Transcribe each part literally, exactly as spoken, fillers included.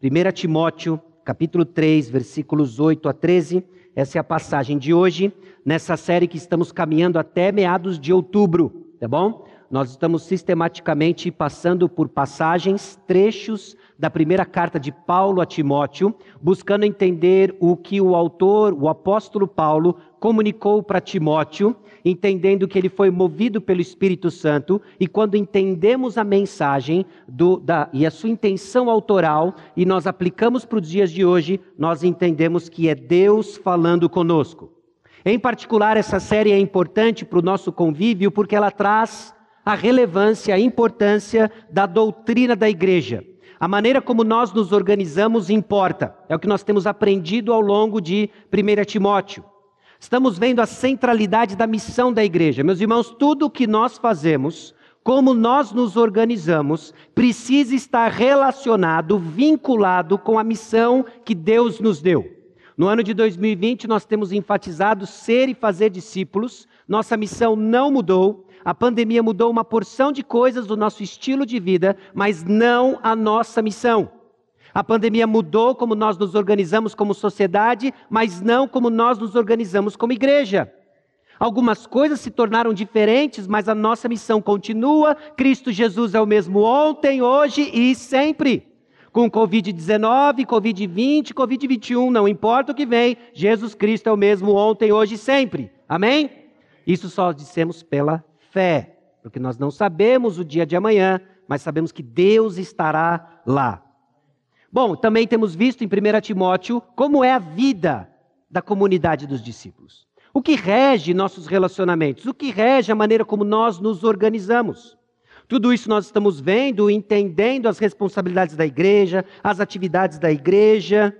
primeira Timóteo, capítulo três, versículos oito a treze. Essa é a passagem de hoje, nessa série que estamos caminhando até meados de outubro, tá bom? Nós estamos sistematicamente passando por passagens, trechos da primeira carta de Paulo a Timóteo, buscando entender o que o autor, o apóstolo Paulo, comunicou para Timóteo, entendendo que ele foi movido pelo Espírito Santo, e quando entendemos a mensagem do, da, e a sua intenção autoral, e nós aplicamos para os dias de hoje, nós entendemos que é Deus falando conosco. Em particular, essa série é importante para o nosso convívio, porque ela traz a relevância, a importância da doutrina da igreja. A maneira como nós nos organizamos importa. É o que nós temos aprendido ao longo de primeira Timóteo. Estamos vendo a centralidade da missão da igreja. Meus irmãos, tudo o que nós fazemos, como nós nos organizamos, precisa estar relacionado, vinculado com a missão que Deus nos deu. No ano de dois mil e vinte, nós temos enfatizado ser e fazer discípulos. Nossa missão não mudou. A pandemia mudou uma porção de coisas do nosso estilo de vida, mas não a nossa missão. A pandemia mudou como nós nos organizamos como sociedade, mas não como nós nos organizamos como igreja. Algumas coisas se tornaram diferentes, mas a nossa missão continua. Cristo Jesus é o mesmo ontem, hoje e sempre. Com covid dezenove, covid vinte, covid vinte e um, não importa o que vem, Jesus Cristo é o mesmo ontem, hoje e sempre. Amém? Isso só dissemos pela fé, porque nós não sabemos o dia de amanhã, mas sabemos que Deus estará lá. Bom, também temos visto em primeira Timóteo como é a vida da comunidade dos discípulos. O que rege nossos relacionamentos, o que rege a maneira como nós nos organizamos. Tudo isso nós estamos vendo, entendendo as responsabilidades da igreja, as atividades da igreja,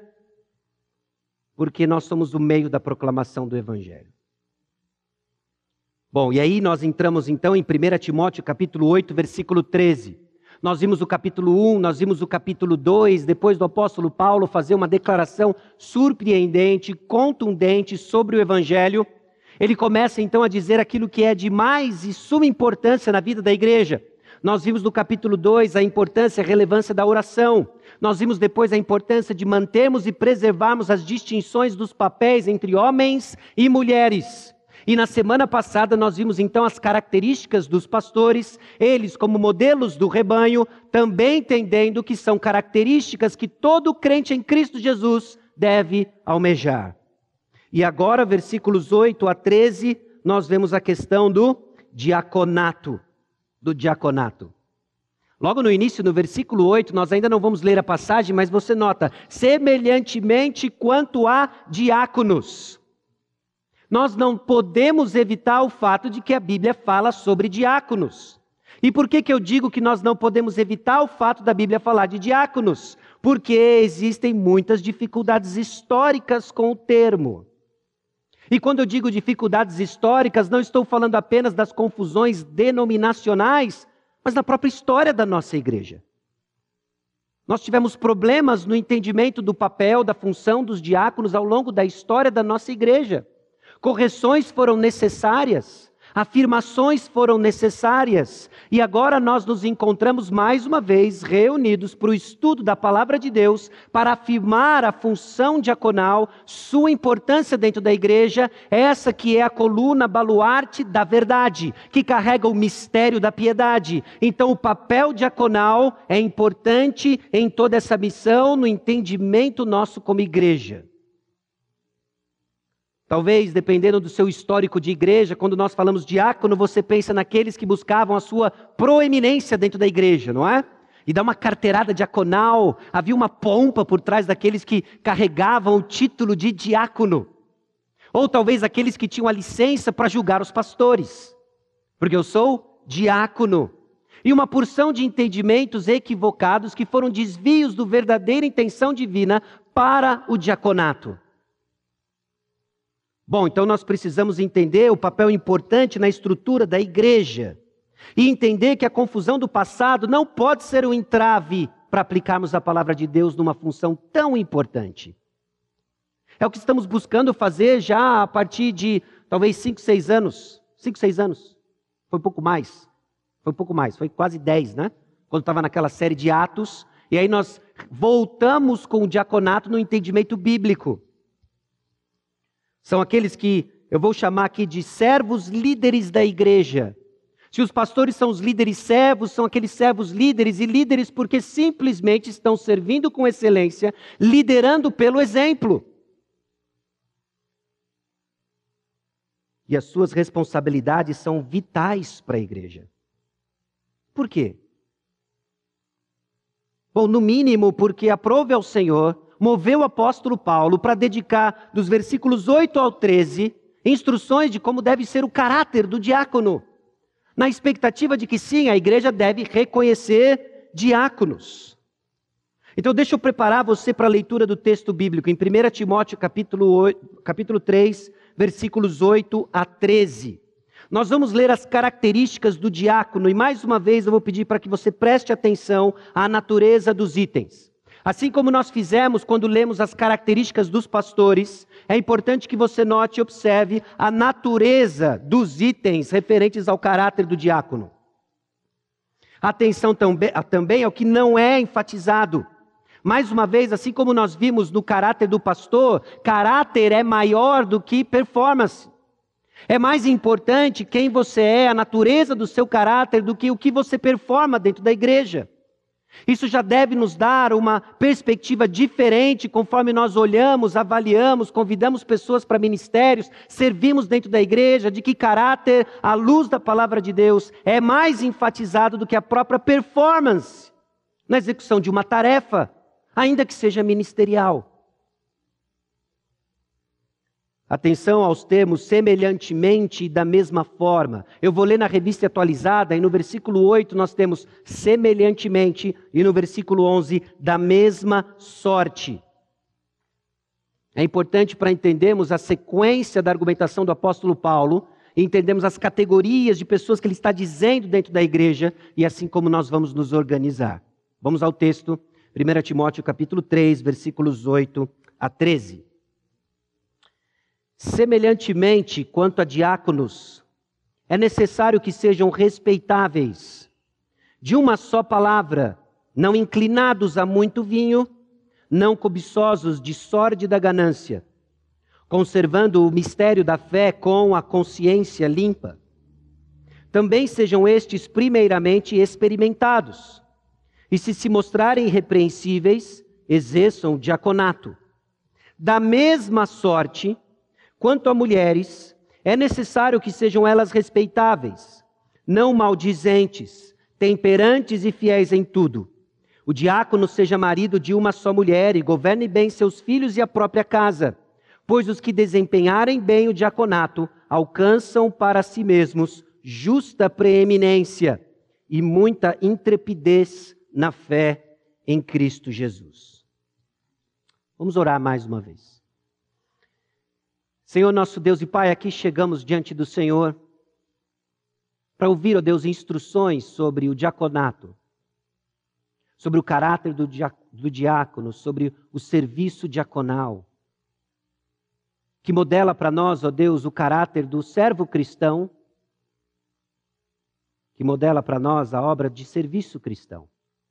porque nós somos o meio da proclamação do Evangelho. Bom, e aí nós entramos então em primeira Timóteo capítulo oito, versículo treze. Nós vimos o capítulo um, nós vimos o capítulo dois, depois do apóstolo Paulo fazer uma declaração surpreendente, contundente sobre o Evangelho. Ele começa então a dizer aquilo que é de mais e suma importância na vida da igreja. Nós vimos no capítulo dois a importância e a relevância da oração. Nós vimos depois a importância de mantermos e preservarmos as distinções dos papéis entre homens e mulheres. E na semana passada nós vimos então as características dos pastores, eles como modelos do rebanho, também entendendo que são características que todo crente em Cristo Jesus deve almejar. E agora, versículos oito a treze, nós vemos a questão do diaconato, do diaconato. Logo no início, no versículo oito, nós ainda não vamos ler a passagem, mas você nota, semelhantemente quanto a diáconos. Nós não podemos evitar o fato de que a Bíblia fala sobre diáconos. E por que que eu digo que nós não podemos evitar o fato da Bíblia falar de diáconos? Porque existem muitas dificuldades históricas com o termo. E quando eu digo dificuldades históricas, não estou falando apenas das confusões denominacionais, mas da própria história da nossa igreja. Nós tivemos problemas no entendimento do papel, da função dos diáconos ao longo da história da nossa igreja. Correções foram necessárias, afirmações foram necessárias, e agora nós nos encontramos mais uma vez reunidos para o estudo da Palavra de Deus, para afirmar a função diaconal, sua importância dentro da igreja, essa que é a coluna baluarte da verdade, que carrega o mistério da piedade. Então o papel diaconal é importante em toda essa missão, no entendimento nosso como igreja. Talvez, dependendo do seu histórico de igreja, quando nós falamos diácono, você pensa naqueles que buscavam a sua proeminência dentro da igreja, não é? E dá uma carteirada diaconal, havia uma pompa por trás daqueles que carregavam o título de diácono. Ou talvez aqueles que tinham a licença para julgar os pastores, porque eu sou diácono. E uma porção de entendimentos equivocados que foram desvios da verdadeira intenção divina para o diaconato. Bom, então nós precisamos entender o papel importante na estrutura da igreja e entender que a confusão do passado não pode ser um entrave para aplicarmos a palavra de Deus numa função tão importante. É o que estamos buscando fazer já a partir de talvez cinco, seis anos. cinco, seis anos. Foi um pouco mais. Foi um pouco mais, foi quase dez, né? Quando estava naquela série de Atos. E aí nós voltamos com o diaconato no entendimento bíblico. São aqueles que eu vou chamar aqui de servos líderes da igreja. Se os pastores são os líderes servos, são aqueles servos líderes e líderes porque simplesmente estão servindo com excelência, liderando pelo exemplo. E as suas responsabilidades são vitais para a igreja. Por quê? Bom, no mínimo porque aprove ao Senhor, moveu o apóstolo Paulo para dedicar dos versículos oito ao treze, instruções de como deve ser o caráter do diácono. Na expectativa de que sim, a igreja deve reconhecer diáconos. Então deixa eu preparar você para a leitura do texto bíblico, em primeira Timóteo capítulo, oito, capítulo três, versículos oito a treze. Nós vamos ler as características do diácono e mais uma vez eu vou pedir para que você preste atenção à natureza dos itens. Assim como nós fizemos quando lemos as características dos pastores, é importante que você note e observe a natureza dos itens referentes ao caráter do diácono. Atenção também ao que não é enfatizado. Mais uma vez, assim como nós vimos no caráter do pastor, caráter é maior do que performance. É mais importante quem você é, a natureza do seu caráter, do que o que você performa dentro da igreja. Isso já deve nos dar uma perspectiva diferente conforme nós olhamos, avaliamos, convidamos pessoas para ministérios, servimos dentro da igreja, de que caráter, à luz da palavra de Deus, é mais enfatizado do que a própria performance na execução de uma tarefa, ainda que seja ministerial. Atenção aos termos semelhantemente e da mesma forma. Eu vou ler na revista atualizada e no versículo oito nós temos semelhantemente e no versículo onze da mesma sorte. É importante para entendermos a sequência da argumentação do apóstolo Paulo e entendermos as categorias de pessoas que ele está dizendo dentro da igreja e assim como nós vamos nos organizar. Vamos ao texto, primeira Timóteo capítulo três, versículos oito a treze. Semelhantemente, quanto a diáconos, é necessário que sejam respeitáveis, de uma só palavra, não inclinados a muito vinho, não cobiçosos de sórdida ganância, conservando o mistério da fé com a consciência limpa. Também sejam estes primeiramente experimentados, e se se mostrarem irrepreensíveis, exerçam o diaconato. Da mesma sorte, quanto a mulheres, é necessário que sejam elas respeitáveis, não maldizentes, temperantes e fiéis em tudo. O diácono seja marido de uma só mulher e governe bem seus filhos e a própria casa, pois os que desempenharem bem o diaconato alcançam para si mesmos justa preeminência e muita intrepidez na fé em Cristo Jesus. Vamos orar mais uma vez. Senhor nosso Deus e Pai, aqui chegamos diante do Senhor para ouvir, ó Deus, instruções sobre o diaconato, sobre o caráter do, dia, do diácono, sobre o serviço diaconal, que modela para nós, ó Deus, o caráter do servo cristão, que modela para nós a obra de serviço cristão.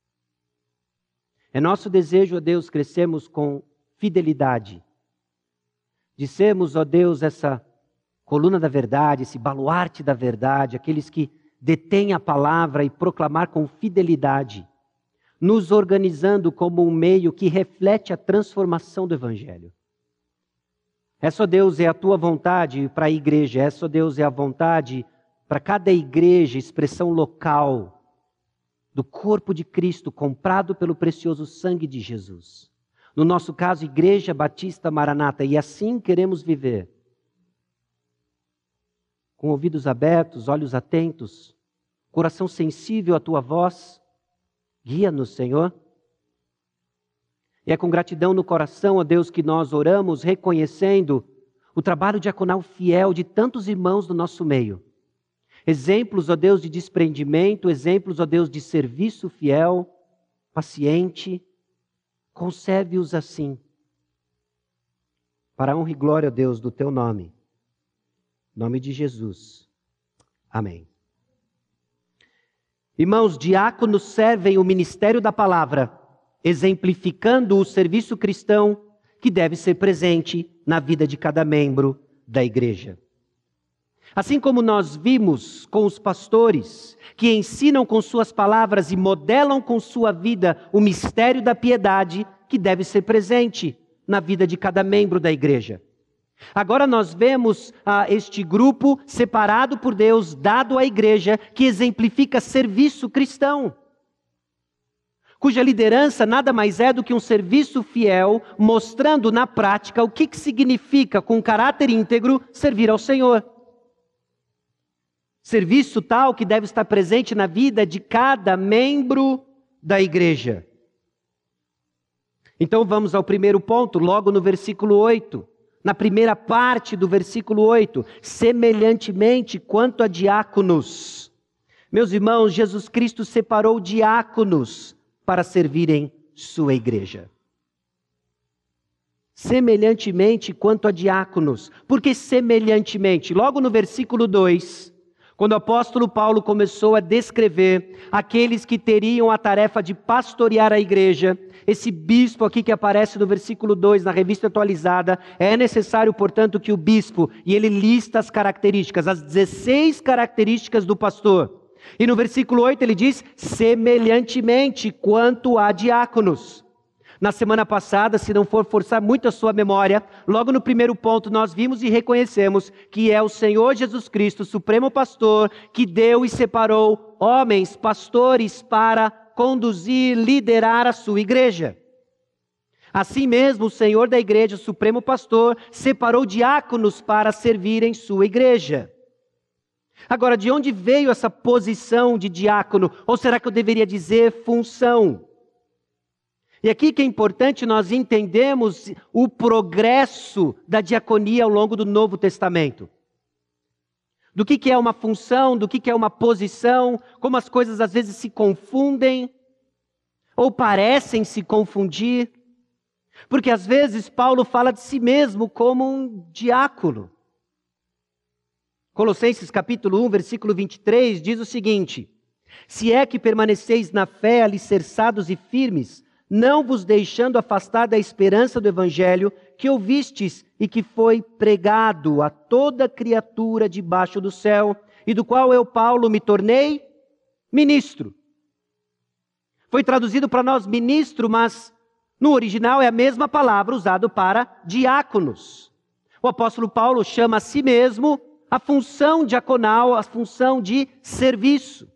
É nosso desejo, ó Deus, crescermos com fidelidade, de sermos, ó Deus, essa coluna da verdade, esse baluarte da verdade, aqueles que detêm a palavra e proclamar com fidelidade, nos organizando como um meio que reflete a transformação do Evangelho. Essa, ó Deus, é a tua vontade para a igreja, essa, ó Deus, é a vontade para cada igreja, expressão local do corpo de Cristo, comprado pelo precioso sangue de Jesus. No nosso caso, Igreja Batista Maranata, e assim queremos viver. Com ouvidos abertos, olhos atentos, coração sensível à tua voz, guia-nos, Senhor. E é com gratidão no coração, ó Deus, que nós oramos, reconhecendo o trabalho diaconal fiel de tantos irmãos do nosso meio. Exemplos, ó Deus, de desprendimento, exemplos, ó Deus, de serviço fiel, paciente. Conserve-os assim, para a honra e glória, ó Deus, do teu nome. Em nome de Jesus. Amém. Irmãos, diáconos servem o ministério da palavra exemplificando o serviço cristão que deve ser presente na vida de cada membro da igreja. Assim como nós vimos com os pastores, que ensinam com suas palavras e modelam com sua vida o mistério da piedade que deve ser presente na vida de cada membro da igreja. Agora nós vemos ah, este grupo separado por Deus, dado à igreja, que exemplifica serviço cristão, cuja liderança nada mais é do que um serviço fiel, mostrando na prática o que, que significa, com caráter íntegro, servir ao Senhor. Serviço tal que deve estar presente na vida de cada membro da igreja. Então vamos ao primeiro ponto, logo no versículo oito. Na primeira parte do versículo oito. Semelhantemente quanto a diáconos. Meus irmãos, Jesus Cristo separou diáconos para servirem sua igreja. Semelhantemente quanto a diáconos. Por que semelhantemente? Logo no versículo dois... Quando o apóstolo Paulo começou a descrever aqueles que teriam a tarefa de pastorear a igreja, esse bispo aqui que aparece no versículo dois, na revista atualizada, é necessário, portanto, que o bispo, e ele lista as características, as dezesseis características do pastor. E no versículo oito ele diz, semelhantemente quanto a diáconos. Na semana passada, se não for forçar muito a sua memória, logo no primeiro ponto nós vimos e reconhecemos que é o Senhor Jesus Cristo, Supremo Pastor, que deu e separou homens, pastores, para conduzir, liderar a sua igreja. Assim mesmo, o Senhor da igreja, Supremo Pastor, separou diáconos para servirem sua igreja. Agora, de onde veio essa posição de diácono? Ou será que eu deveria dizer função? E aqui que é importante nós entendemos o progresso da diaconia ao longo do Novo Testamento. Do que, que é uma função, do que, que é uma posição, como as coisas às vezes se confundem, ou parecem se confundir. Porque às vezes Paulo fala de si mesmo como um diácono. Colossenses capítulo um, versículo vinte e três, diz o seguinte: se é que permaneceis na fé, alicerçados e firmes, não vos deixando afastar da esperança do evangelho que ouvistes e que foi pregado a toda criatura debaixo do céu, e do qual eu, Paulo, me tornei ministro. Foi traduzido para nós ministro, mas no original é a mesma palavra usada para diáconos. O apóstolo Paulo chama a si mesmo a função diaconal, a função de serviço.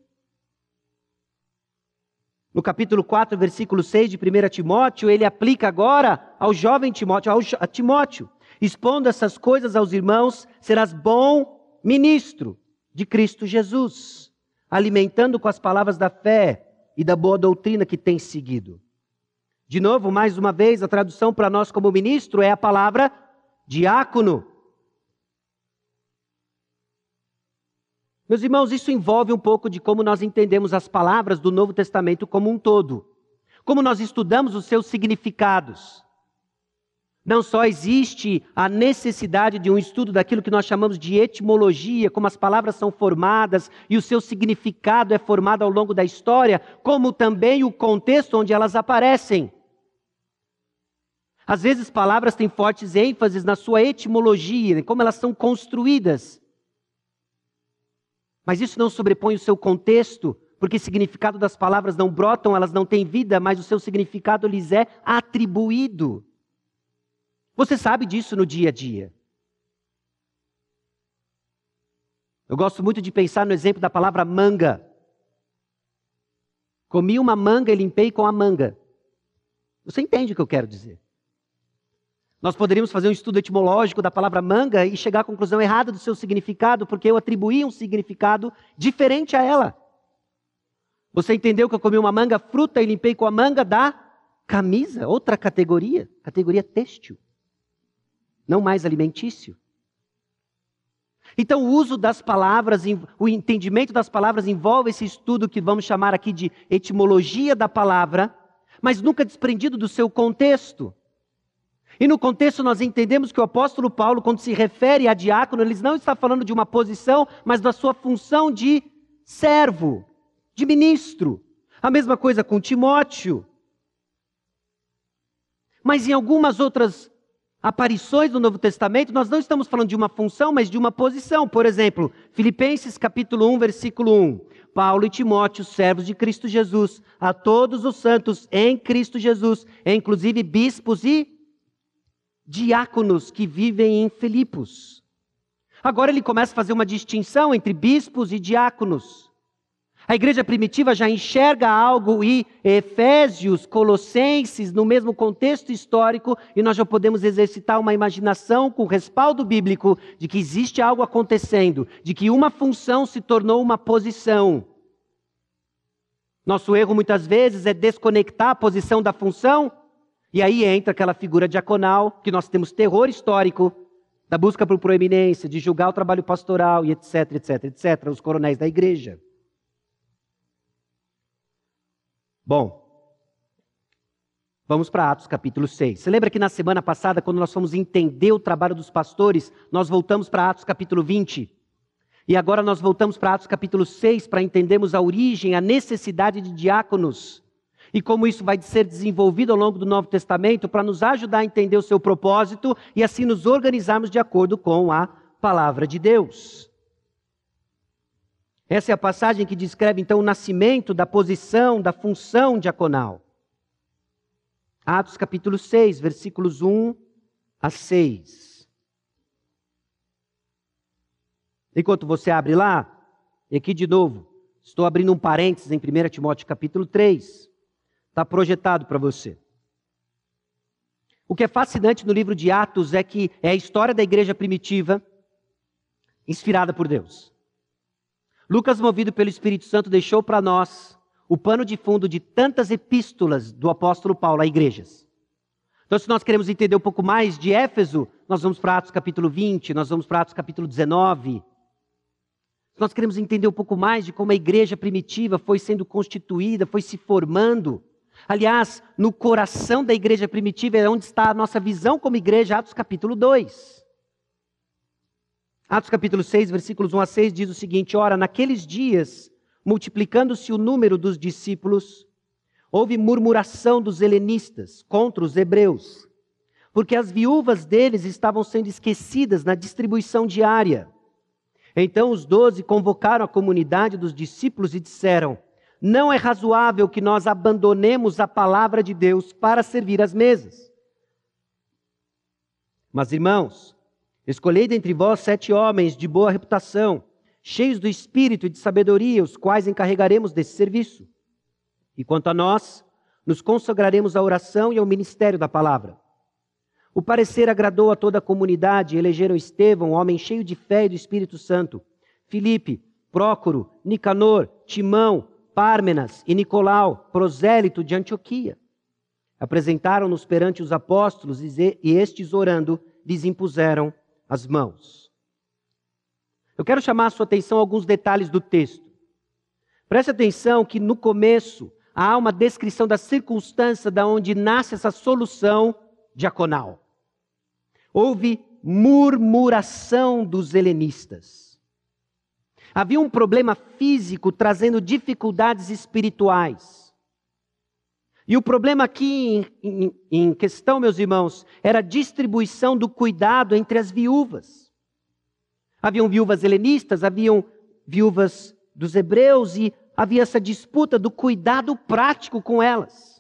No capítulo quatro, versículo seis de primeira Timóteo, ele aplica agora ao jovem Timóteo, ao a Timóteo, expondo essas coisas aos irmãos, serás bom ministro de Cristo Jesus, alimentando com as palavras da fé e da boa doutrina que tens seguido. De novo, mais uma vez, a tradução para nós como ministro é a palavra diácono. Meus irmãos, isso envolve um pouco de como nós entendemos as palavras do Novo Testamento como um todo. Como nós estudamos os seus significados. Não só existe a necessidade de um estudo daquilo que nós chamamos de etimologia, como as palavras são formadas e o seu significado é formado ao longo da história, como também o contexto onde elas aparecem. Às vezes palavras têm fortes ênfases na sua etimologia, em como elas são construídas. Mas isso não sobrepõe o seu contexto, porque o significado das palavras não brotam, elas não têm vida, mas o seu significado lhes é atribuído. Você sabe disso no dia a dia. Eu gosto muito de pensar no exemplo da palavra manga. Comi uma manga e limpei com a manga. Você entende o que eu quero dizer? Nós poderíamos fazer um estudo etimológico da palavra manga e chegar à conclusão errada do seu significado, porque eu atribuí um significado diferente a ela. Você entendeu que eu comi uma manga fruta e limpei com a manga da camisa, outra categoria, categoria têxtil, não mais alimentício. Então o uso das palavras, o entendimento das palavras envolve esse estudo que vamos chamar aqui de etimologia da palavra, mas nunca desprendido do seu contexto. E no contexto nós entendemos que o apóstolo Paulo, quando se refere a diácono, ele não está falando de uma posição, mas da sua função de servo, de ministro. A mesma coisa com Timóteo. Mas em algumas outras aparições do Novo Testamento, nós não estamos falando de uma função, mas de uma posição. Por exemplo, Filipenses capítulo um, versículo um. Paulo e Timóteo, servos de Cristo Jesus, a todos os santos em Cristo Jesus, inclusive bispos e diáconos que vivem em Filipos. Agora ele começa a fazer uma distinção entre bispos e diáconos. A igreja primitiva já enxerga algo e Efésios, Colossenses, no mesmo contexto histórico, e nós já podemos exercitar uma imaginação com respaldo bíblico de que existe algo acontecendo, de que uma função se tornou uma posição. Nosso erro muitas vezes é desconectar a posição da função, e aí entra aquela figura diaconal, que nós temos terror histórico, da busca por proeminência, de julgar o trabalho pastoral, e etc, etc, etc, os coronéis da igreja. Bom, vamos para Atos capítulo seis. Você lembra que na semana passada, quando nós fomos entender o trabalho dos pastores, nós voltamos para Atos capítulo vinte? E agora nós voltamos para Atos capítulo seis para entendermos a origem, a necessidade de diáconos. E como isso vai ser desenvolvido ao longo do Novo Testamento para nos ajudar a entender o seu propósito e assim nos organizarmos de acordo com a palavra de Deus. Essa é a passagem que descreve, então, o nascimento da posição, da função diaconal. Atos capítulo seis, versículos um a seis. Enquanto você abre lá, e aqui de novo, estou abrindo um parênteses em primeiro Timóteo capítulo três. Está projetado para você. O que é fascinante no livro de Atos é que é a história da igreja primitiva, inspirada por Deus. Lucas, movido pelo Espírito Santo, deixou para nós o pano de fundo de tantas epístolas do apóstolo Paulo a igrejas. Então, se nós queremos entender um pouco mais de Éfeso, nós vamos para Atos capítulo vinte, nós vamos para Atos capítulo dezenove. Se nós queremos entender um pouco mais de como a igreja primitiva foi sendo constituída, foi se formando. Aliás, no coração da igreja primitiva é onde está a nossa visão como igreja, Atos capítulo dois. Atos capítulo seis, versículos um a seis, diz o seguinte: ora, naqueles dias, multiplicando-se o número dos discípulos, houve murmuração dos helenistas contra os hebreus, porque as viúvas deles estavam sendo esquecidas na distribuição diária. Então os doze convocaram a comunidade dos discípulos e disseram: não é razoável que nós abandonemos a palavra de Deus para servir às mesas. Mas, irmãos, escolhei dentre vós sete homens de boa reputação, cheios do espírito e de sabedoria, os quais encarregaremos desse serviço. E quanto a nós, nos consagraremos à oração e ao ministério da palavra. O parecer agradou a toda a comunidade, e elegeram Estevão, homem cheio de fé e do Espírito Santo, Filipe, Prócoro, Nicanor, Timão, Pármenas e Nicolau, prosélito de Antioquia. Apresentaram-nos perante os apóstolos, e estes, orando, lhes impuseram as mãos. Eu quero chamar a sua atenção a alguns detalhes do texto. Preste atenção que no começo há uma descrição da circunstância da onde nasce essa solução diaconal. Houve murmuração dos helenistas. Havia um problema físico trazendo dificuldades espirituais. E o problema aqui em, em, em questão, meus irmãos, era a distribuição do cuidado entre as viúvas. Haviam viúvas helenistas, haviam viúvas dos hebreus e havia essa disputa do cuidado prático com elas.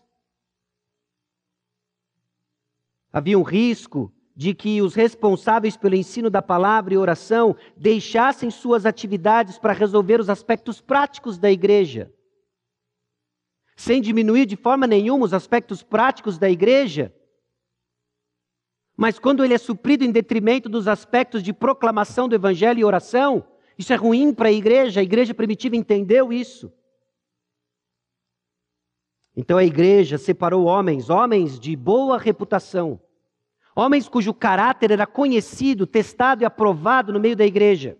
Havia um risco de que os responsáveis pelo ensino da palavra e oração deixassem suas atividades para resolver os aspectos práticos da igreja. Sem diminuir de forma nenhuma os aspectos práticos da igreja, mas quando ele é suprido em detrimento dos aspectos de proclamação do evangelho e oração, isso é ruim para a igreja, a igreja primitiva entendeu isso. Então a igreja separou homens, homens de boa reputação, homens cujo caráter era conhecido, testado e aprovado no meio da igreja.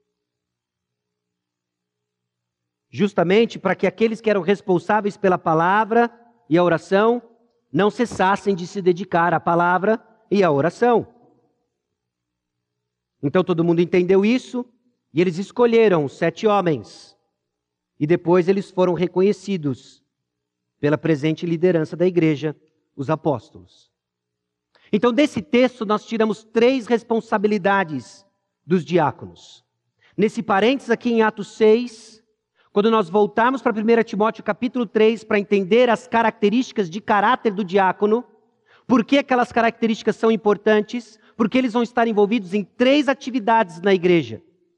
Justamente para que aqueles que eram responsáveis pela palavra e a oração não cessassem de se dedicar à palavra e à oração. Então todo mundo entendeu isso e eles escolheram sete homens. E depois eles foram reconhecidos pela presente liderança da igreja, os apóstolos. Então, desse texto, nós tiramos três responsabilidades dos diáconos. Nesse parênteses aqui em Atos seis, quando nós voltarmos para primeiro Timóteo capítulo três, para entender as características de caráter do diácono, por que aquelas características são importantes, porque eles vão estar envolvidos em três atividades na igreja.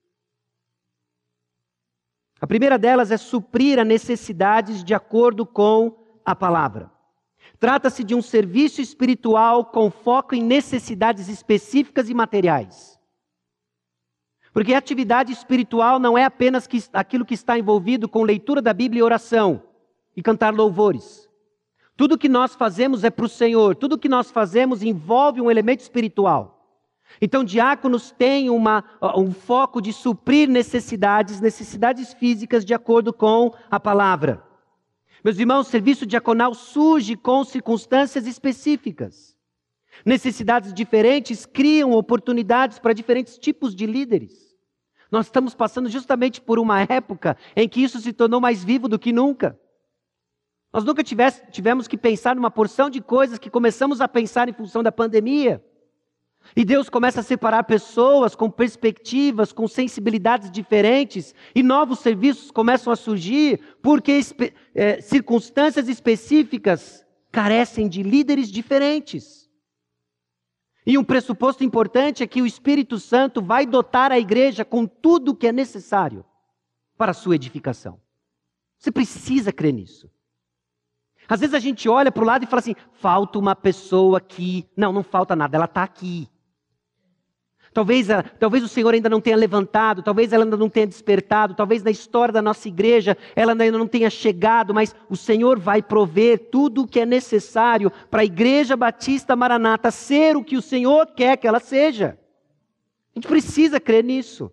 A primeira delas é suprir as necessidades de acordo com a palavra. Trata-se de um serviço espiritual com foco em necessidades específicas e materiais. Porque a atividade espiritual não é apenas que, aquilo que está envolvido com leitura da Bíblia e oração e cantar louvores. Tudo que nós fazemos é para o Senhor, tudo que nós fazemos envolve um elemento espiritual. Então, diáconos têm uma, um foco de suprir necessidades, necessidades físicas de acordo com a palavra. Meus irmãos, o serviço diaconal surge com circunstâncias específicas. Necessidades diferentes criam oportunidades para diferentes tipos de líderes. Nós estamos passando justamente por uma época em que isso se tornou mais vivo do que nunca. Nós nunca tivesse, tivemos que pensar numa porção de coisas que começamos a pensar em função da pandemia. E Deus começa a separar pessoas com perspectivas, com sensibilidades diferentes, e novos serviços começam a surgir, porque é, circunstâncias específicas carecem de líderes diferentes. E um pressuposto importante é que o Espírito Santo vai dotar a igreja com tudo o que é necessário para a sua edificação. Você precisa crer nisso. Às vezes a gente olha para o lado e fala assim, falta uma pessoa aqui. Não, não falta nada, ela está aqui. Talvez, talvez o Senhor ainda não tenha levantado, talvez ela ainda não tenha despertado, talvez na história da nossa igreja ela ainda não tenha chegado, mas o Senhor vai prover tudo o que é necessário para a Igreja Batista Maranata ser o que o Senhor quer que ela seja. A gente precisa crer nisso.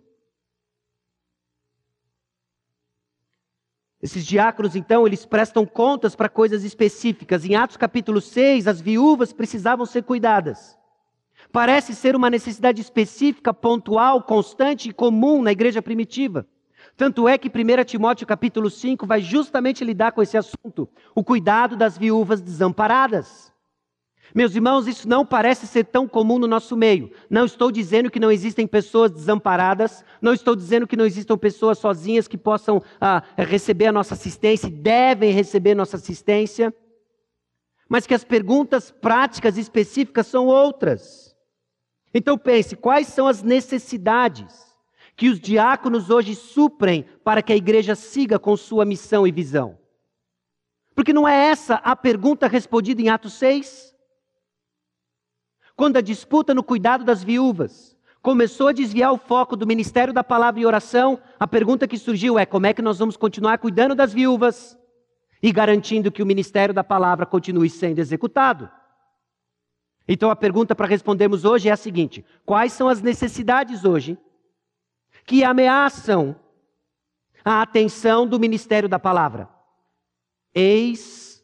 Esses diáconos, então, eles prestam contas para coisas específicas. Em Atos capítulo seis, as viúvas precisavam ser cuidadas. Parece ser uma necessidade específica, pontual, constante e comum na igreja primitiva. Tanto é que primeiro Timóteo capítulo cinco vai justamente lidar com esse assunto, o cuidado das viúvas desamparadas. Meus irmãos, isso não parece ser tão comum no nosso meio. Não estou dizendo que não existem pessoas desamparadas, não estou dizendo que não existam pessoas sozinhas que possam ah, receber a nossa assistência, devem receber nossa assistência, mas que as perguntas práticas e específicas são outras. Então pense, quais são as necessidades que os diáconos hoje suprem para que a igreja siga com sua missão e visão? Porque não é essa a pergunta respondida em Atos seis? Quando a disputa no cuidado das viúvas começou a desviar o foco do ministério da palavra e oração, a pergunta que surgiu é como é que nós vamos continuar cuidando das viúvas e garantindo que o ministério da palavra continue sendo executado? Então a pergunta para respondermos hoje é a seguinte: quais são as necessidades hoje que ameaçam a atenção do ministério da palavra? Eis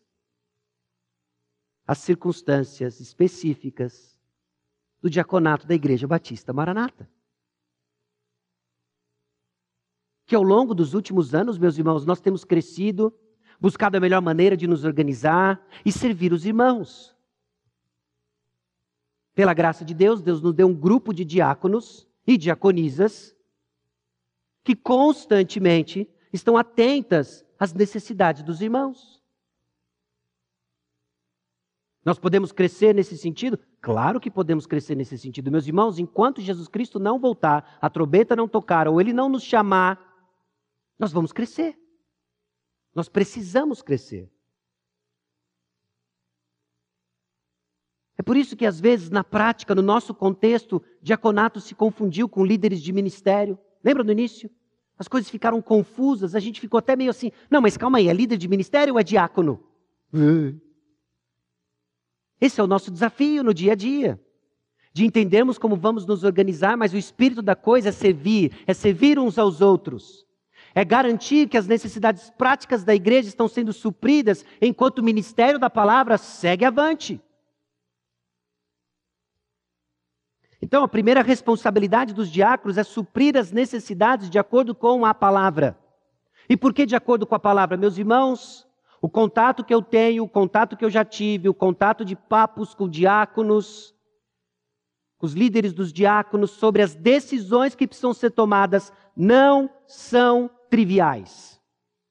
as circunstâncias específicas do diaconato da Igreja Batista Maranata. Que ao longo dos últimos anos, meus irmãos, nós temos crescido, buscado a melhor maneira de nos organizar e servir os irmãos. Pela graça de Deus, Deus nos deu um grupo de diáconos e diaconisas que constantemente estão atentas às necessidades dos irmãos. Nós podemos crescer nesse sentido? Claro que podemos crescer nesse sentido. Meus irmãos, enquanto Jesus Cristo não voltar, a trombeta não tocar ou Ele não nos chamar, nós vamos crescer. Nós precisamos crescer. É por isso que às vezes na prática, no nosso contexto, diaconato se confundiu com líderes de ministério. Lembra no início? As coisas ficaram confusas, a gente ficou até meio assim, não, mas calma aí, é líder de ministério ou é diácono? Esse é o nosso desafio no dia a dia, de entendermos como vamos nos organizar, mas o espírito da coisa é servir, é servir uns aos outros. É garantir que as necessidades práticas da igreja estão sendo supridas, enquanto o ministério da palavra segue avante. Então, a primeira responsabilidade dos diáconos é suprir as necessidades de acordo com a palavra. E por que de acordo com a palavra? Meus irmãos, o contato que eu tenho, o contato que eu já tive, o contato de papos com diáconos, com os líderes dos diáconos sobre as decisões que precisam ser tomadas, não são triviais.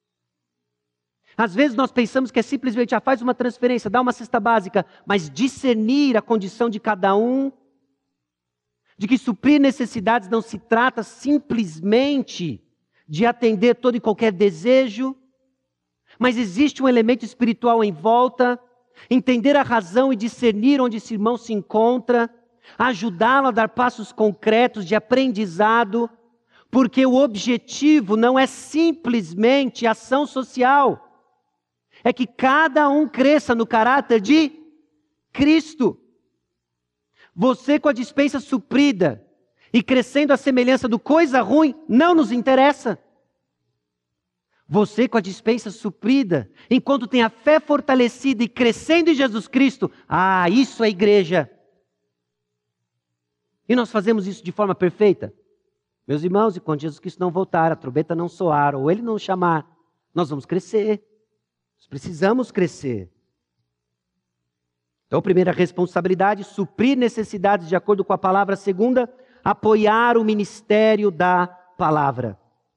Às vezes nós pensamos que é simplesmente, ah, faz uma transferência, dá uma cesta básica, mas discernir a condição de cada um, de que suprir necessidades não se trata simplesmente de atender todo e qualquer desejo, mas existe um elemento espiritual em volta, entender a razão e discernir onde esse irmão se encontra, ajudá-lo a dar passos concretos de aprendizado, porque o objetivo não é simplesmente ação social, é que cada um cresça no caráter de Cristo. Você com a dispensa suprida e crescendo à semelhança do coisa ruim, não nos interessa. Você com a dispensa suprida, enquanto tem a fé fortalecida e crescendo em Jesus Cristo, ah, isso é igreja. E nós fazemos isso de forma perfeita? Meus irmãos, e quando Jesus Cristo não voltar, a trombeta não soar, ou Ele não chamar, nós vamos crescer. Nós precisamos crescer. Então, primeira responsabilidade, suprir necessidades de acordo com a palavra. Segunda, apoiar o ministério da palavra.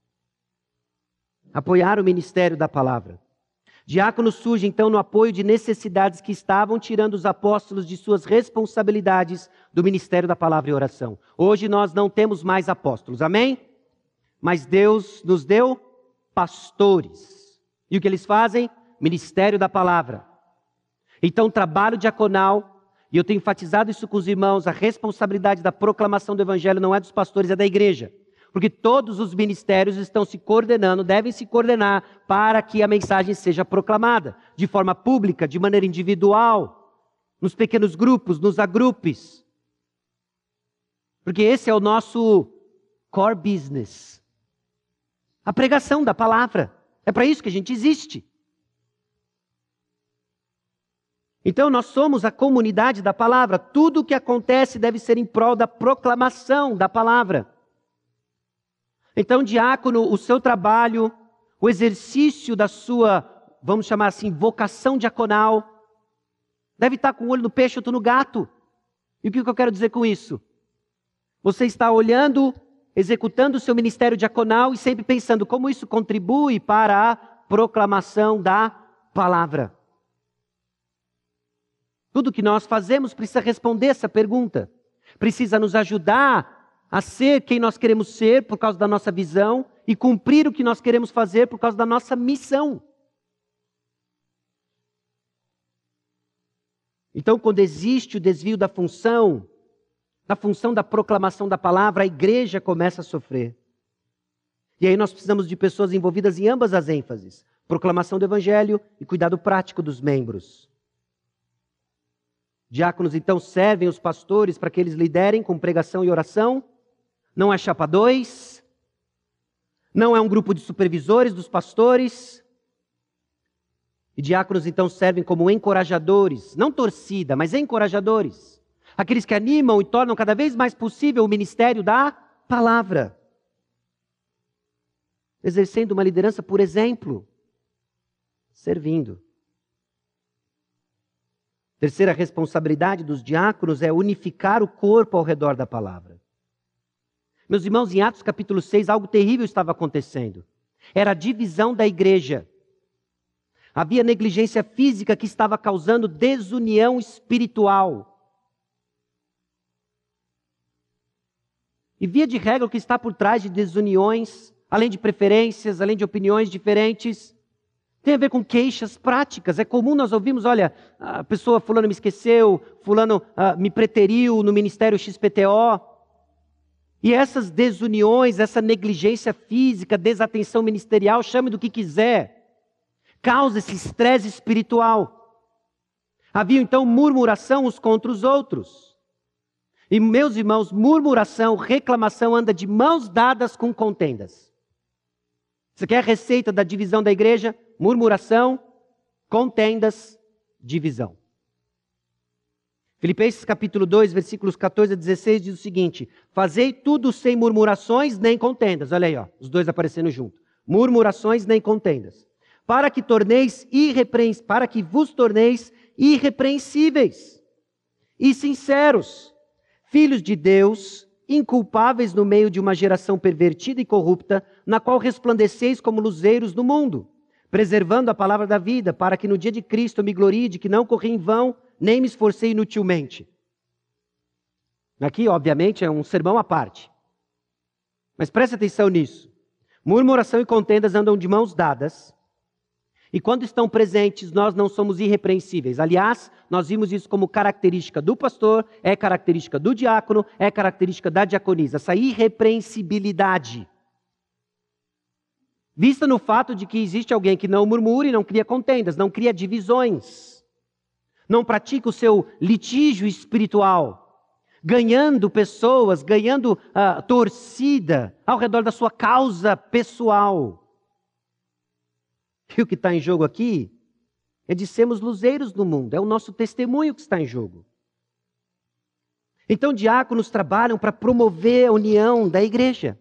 Apoiar o ministério da palavra. Diácono surge, então, no apoio de necessidades que estavam tirando os apóstolos de suas responsabilidades do ministério da palavra e oração. Hoje nós não temos mais apóstolos, amém? Mas Deus nos deu pastores. E o que eles fazem? Ministério da palavra. Então, o trabalho diaconal, e eu tenho enfatizado isso com os irmãos, a responsabilidade da proclamação do evangelho não é dos pastores, é da igreja. Porque todos os ministérios estão se coordenando, devem se coordenar para que a mensagem seja proclamada, de forma pública, de maneira individual, nos pequenos grupos, nos agrupes. Porque esse é o nosso core business. A pregação da palavra. É para isso que a gente existe. Então nós somos a comunidade da palavra. Tudo o que acontece deve ser em prol da proclamação da palavra. Então, diácono, o seu trabalho, o exercício da sua, vamos chamar assim, vocação diaconal, deve estar com o olho no peixe, outro no gato. E o que eu quero dizer com isso? Você está olhando, executando o seu ministério diaconal e sempre pensando como isso contribui para a proclamação da palavra. Tudo que nós fazemos precisa responder essa pergunta. Precisa nos ajudar a ser quem nós queremos ser por causa da nossa visão e cumprir o que nós queremos fazer por causa da nossa missão. Então, quando existe o desvio da função, da função da proclamação da palavra, a igreja começa a sofrer. E aí nós precisamos de pessoas envolvidas em ambas as ênfases. Proclamação do evangelho e cuidado prático dos membros. Diáconos, então, servem os pastores para que eles liderem com pregação e oração. Não é chapa dois, não é um grupo de supervisores dos pastores. E diáconos, então, servem como encorajadores, não torcida, mas encorajadores. Aqueles que animam e tornam cada vez mais possível o ministério da palavra. Exercendo uma liderança por exemplo, servindo. Terceira responsabilidade dos diáconos é unificar o corpo ao redor da palavra. Meus irmãos, em Atos capítulo seis, algo terrível estava acontecendo. Era a divisão da igreja. Havia negligência física que estava causando desunião espiritual. E via de regra o que está por trás de desuniões, além de preferências, além de opiniões diferentes, tem a ver com queixas práticas. É comum nós ouvirmos, olha, a pessoa fulano me esqueceu, fulano uh, me preteriu no ministério X P T O. E essas desuniões, essa negligência física, desatenção ministerial, chame do que quiser, causa esse estresse espiritual. Havia então murmuração uns contra os outros. E meus irmãos, murmuração, reclamação anda de mãos dadas com contendas. Você quer a receita da divisão da igreja? Murmuração, contendas, divisão. Filipenses capítulo dois, versículos catorze a dezesseis diz o seguinte: fazei tudo sem murmurações nem contendas. Olha aí, ó, os dois aparecendo junto. Murmurações nem contendas. Para que torneis irrepreens, para que vos torneis irrepreensíveis e sinceros, filhos de Deus, inculpáveis no meio de uma geração pervertida e corrupta, na qual resplandeceis como luzeiros no mundo, preservando a palavra da vida, para que no dia de Cristo eu me glorie de que não corri em vão, nem me esforcei inutilmente. Aqui, obviamente, é um sermão à parte. Mas preste atenção nisso. Murmuração e contendas andam de mãos dadas, e quando estão presentes, nós não somos irrepreensíveis. Aliás, nós vimos isso como característica do pastor, é característica do diácono, é característica da diaconisa. Essa irrepreensibilidade. Vista no fato de que existe alguém que não murmura e não cria contendas, não cria divisões, não pratica o seu litígio espiritual, ganhando pessoas, ganhando uh, torcida ao redor da sua causa pessoal. E o que está em jogo aqui é de sermos luzeiros no mundo, é o nosso testemunho que está em jogo. Então, diáconos trabalham para promover a união da igreja.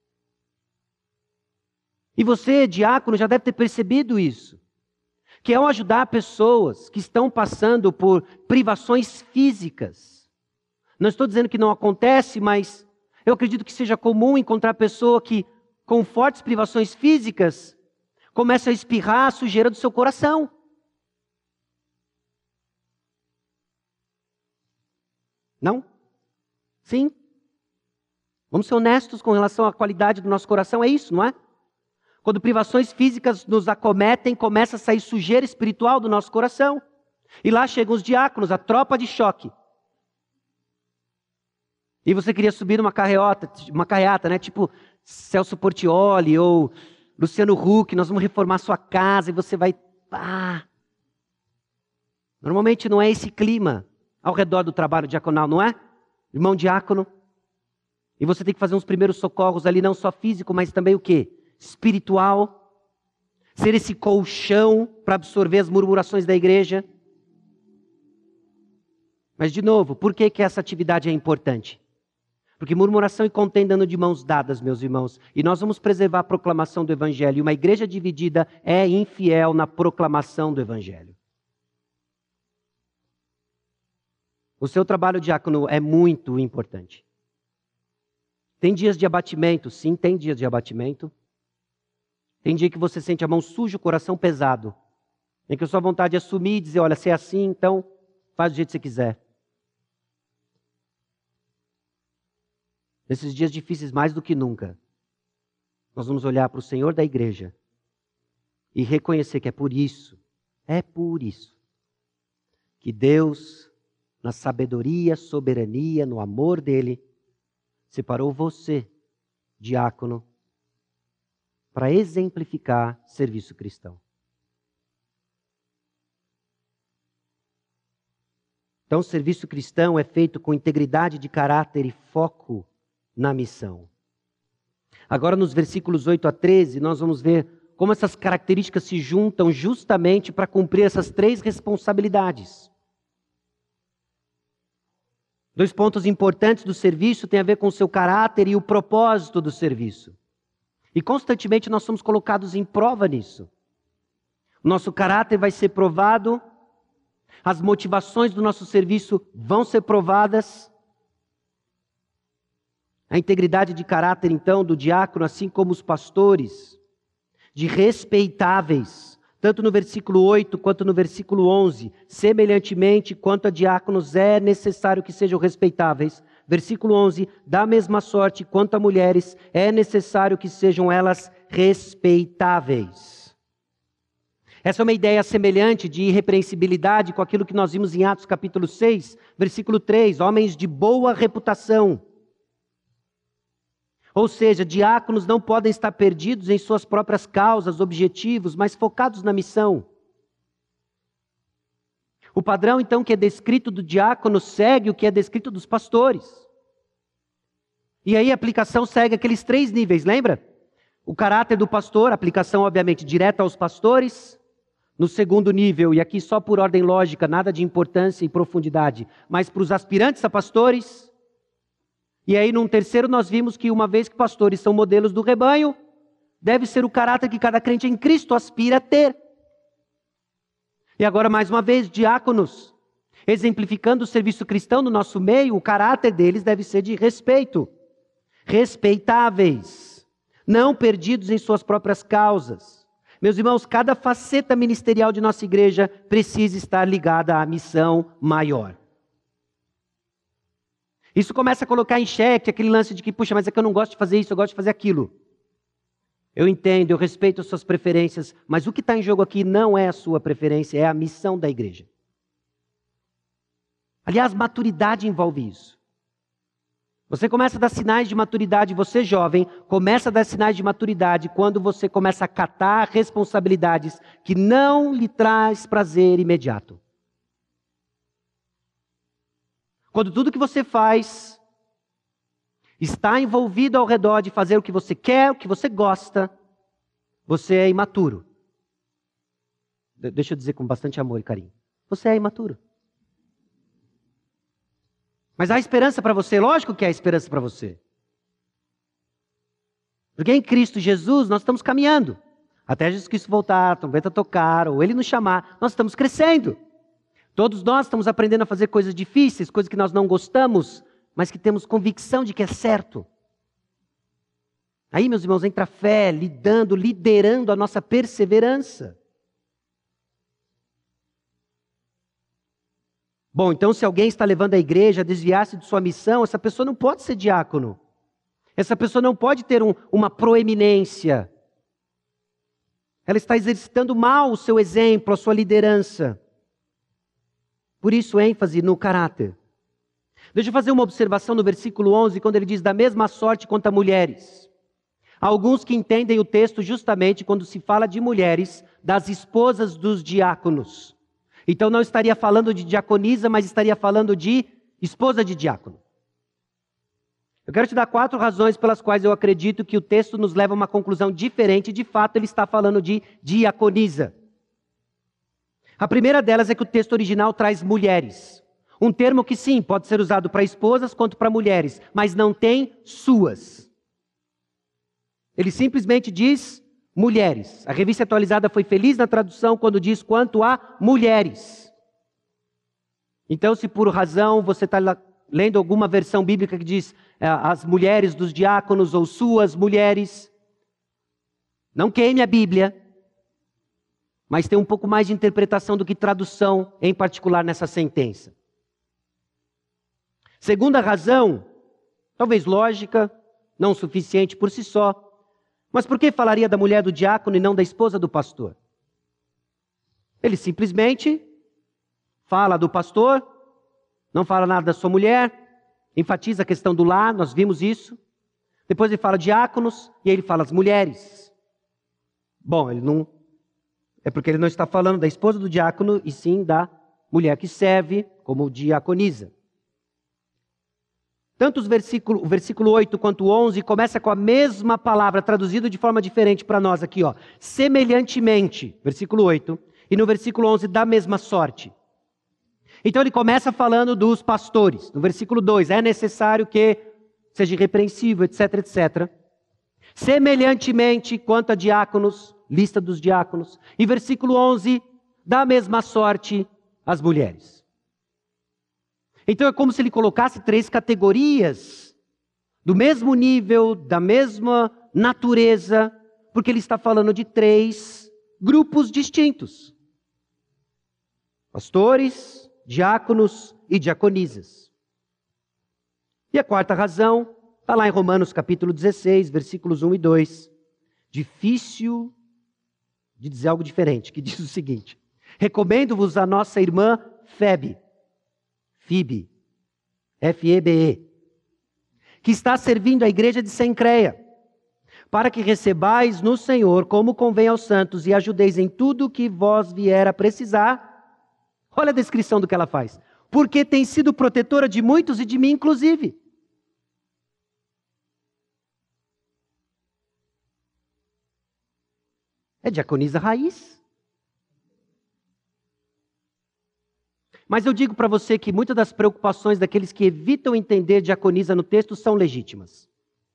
E você, diácono, já deve ter percebido isso. Que ao ajudar pessoas que estão passando por privações físicas, não estou dizendo que não acontece, mas eu acredito que seja comum encontrar pessoa que, com fortes privações físicas, começa a espirrar a sujeira do seu coração. Não? Sim? Vamos ser honestos com relação à qualidade do nosso coração, é isso, não é? Quando privações físicas nos acometem, começa a sair sujeira espiritual do nosso coração. E lá chegam os diáconos, a tropa de choque. E você queria subir numa carreata, uma carreata, né? Tipo Celso Portiolli ou Luciano Huck, nós vamos reformar sua casa e você vai... Ah. Normalmente não é esse clima ao redor do trabalho diaconal, não é? Irmão diácono. E você tem que fazer uns primeiros socorros ali, não só físico, mas também o quê? Espiritual. Ser esse colchão para absorver as murmurações da igreja. Mas, de novo, por que que essa atividade é importante? Porque murmuração e contenda andam de mãos dadas, meus irmãos. E nós vamos preservar a proclamação do Evangelho. E uma igreja dividida é infiel na proclamação do Evangelho. O seu trabalho diácono é muito importante. Tem dias de abatimento? Sim, tem dias de abatimento. Tem dia que você sente a mão suja, o coração pesado. Em que a sua vontade é assumir e dizer, olha, se é assim, então faz do jeito que você quiser. Nesses dias difíceis, mais do que nunca, nós vamos olhar para o Senhor da igreja e reconhecer que é por isso, é por isso, que Deus, na sabedoria, soberania, no amor dele, separou você, diácono, para exemplificar serviço cristão. Então, o serviço cristão é feito com integridade de caráter e foco na missão. Agora, nos versículos oito a treze, nós vamos ver como essas características se juntam justamente para cumprir essas três responsabilidades. Dois pontos importantes do serviço têm a ver com o seu caráter e o propósito do serviço. E constantemente nós somos colocados em prova nisso. O nosso caráter vai ser provado, as motivações do nosso serviço vão ser provadas. A integridade de caráter, então, do diácono, assim como os pastores, de respeitáveis, tanto no versículo oito quanto no versículo onze, semelhantemente, quanto a diáconos é necessário que sejam respeitáveis. Versículo onze, da mesma sorte, quanto a mulheres, é necessário que sejam elas respeitáveis. Essa é uma ideia semelhante de irrepreensibilidade com aquilo que nós vimos em Atos capítulo seis, versículo três, homens de boa reputação. Ou seja, diáconos não podem estar perdidos em suas próprias causas, objetivos, mas focados na missão. O padrão, então, que é descrito do diácono segue o que é descrito dos pastores. E aí a aplicação segue aqueles três níveis, lembra? O caráter do pastor, aplicação, obviamente, direta aos pastores. No segundo nível, e aqui só por ordem lógica, nada de importância e profundidade, mas para os aspirantes a pastores. E aí, num terceiro, nós vimos que uma vez que pastores são modelos do rebanho, deve ser o caráter que cada crente em Cristo aspira a ter. E agora, mais uma vez, diáconos. exemplificando o serviço cristão no nosso meio, o caráter deles deve ser de respeito. Respeitáveis, não perdidos em suas próprias causas. Meus irmãos, cada faceta ministerial de nossa igreja precisa estar ligada à missão maior. Isso começa a colocar em xeque aquele lance de que, puxa, mas é que eu não gosto de fazer isso, eu gosto de fazer aquilo. Eu entendo, eu respeito as suas preferências, mas o que está em jogo aqui não é a sua preferência, é a missão da igreja. Aliás, maturidade envolve isso. Você começa a dar sinais de maturidade, você jovem, começa a dar sinais de maturidade quando você começa a acatar responsabilidades que não lhe traz prazer imediato. Quando tudo que você faz está envolvido ao redor de fazer o que você quer, o que você gosta, você é imaturo. De- deixa eu dizer com bastante amor e carinho. Você é imaturo. Mas há esperança para você, lógico que há esperança para você. Porque em Cristo Jesus nós estamos caminhando. Até Jesus Cristo voltar, a trombeta tocar, ou Ele nos chamar, nós estamos crescendo. Todos nós estamos aprendendo a fazer coisas difíceis, coisas que nós não gostamos, mas que temos convicção de que é certo. Aí, meus irmãos, entra a fé, lidando, liderando a nossa perseverança. Bom, então se alguém está levando a igreja a desviar-se de sua missão, essa pessoa não pode ser diácono. Essa pessoa não pode ter um, uma proeminência. Ela está exercitando mal o seu exemplo, a sua liderança. Por isso, ênfase no caráter. Deixa eu fazer uma observação no versículo onze, quando ele diz, da mesma sorte quanto a mulheres. Há alguns que entendem o texto justamente quando se fala de mulheres, das esposas dos diáconos. Então não estaria falando de diaconisa, mas estaria falando de esposa de diácono. Eu quero te dar quatro razões pelas quais eu acredito que o texto nos leva a uma conclusão diferente. De fato, ele está falando de diaconisa. A primeira delas é que o texto original traz mulheres. Um termo que sim, pode ser usado para esposas quanto para mulheres, mas não tem suas. Ele simplesmente diz mulheres. A Revista Atualizada foi feliz na tradução quando diz quanto a mulheres. Então, se por razão você está lendo alguma versão bíblica que diz eh, as mulheres dos diáconos ou suas mulheres, não queime a Bíblia, mas tem um pouco mais de interpretação do que tradução, em particular nessa sentença. Segunda razão, talvez lógica, não suficiente por si só, mas por que falaria da mulher do diácono e não da esposa do pastor? Ele simplesmente fala do pastor, não fala nada da sua mulher, enfatiza a questão do lar, nós vimos isso. Depois ele fala diáconos e aí ele fala as mulheres. Bom, ele não... É porque ele não está falando da esposa do diácono e sim da mulher que serve como diaconisa. Tanto os versículo, o versículo oito quanto o onze começa com a mesma palavra, traduzido de forma diferente para nós aqui, ó. Semelhantemente, versículo oito, e no versículo onze, da mesma sorte. Então ele começa falando dos pastores. No versículo dois, é necessário que seja irrepreensível, etc, etcétera. Semelhantemente quanto a diáconos, lista dos diáconos. E versículo onze, da mesma sorte as mulheres. Então é como se ele colocasse três categorias, do mesmo nível, da mesma natureza, porque ele está falando de três grupos distintos. Pastores, diáconos e diaconisas. E a quarta razão, está lá em Romanos capítulo dezesseis, versículos um e dois. Difícil de dizer algo diferente, que diz o seguinte: recomendo-vos a nossa irmã Febe, Fibe, F E B E, que está servindo a igreja de Cencreia, para que recebais no Senhor como convém aos santos e ajudeis em tudo o que vós vier a precisar. Olha a descrição do que ela faz. Porque tem sido protetora de muitos e de mim inclusive. É diaconisa raiz. Mas eu digo para você que muitas das preocupações daqueles que evitam entender diaconisa no texto são legítimas.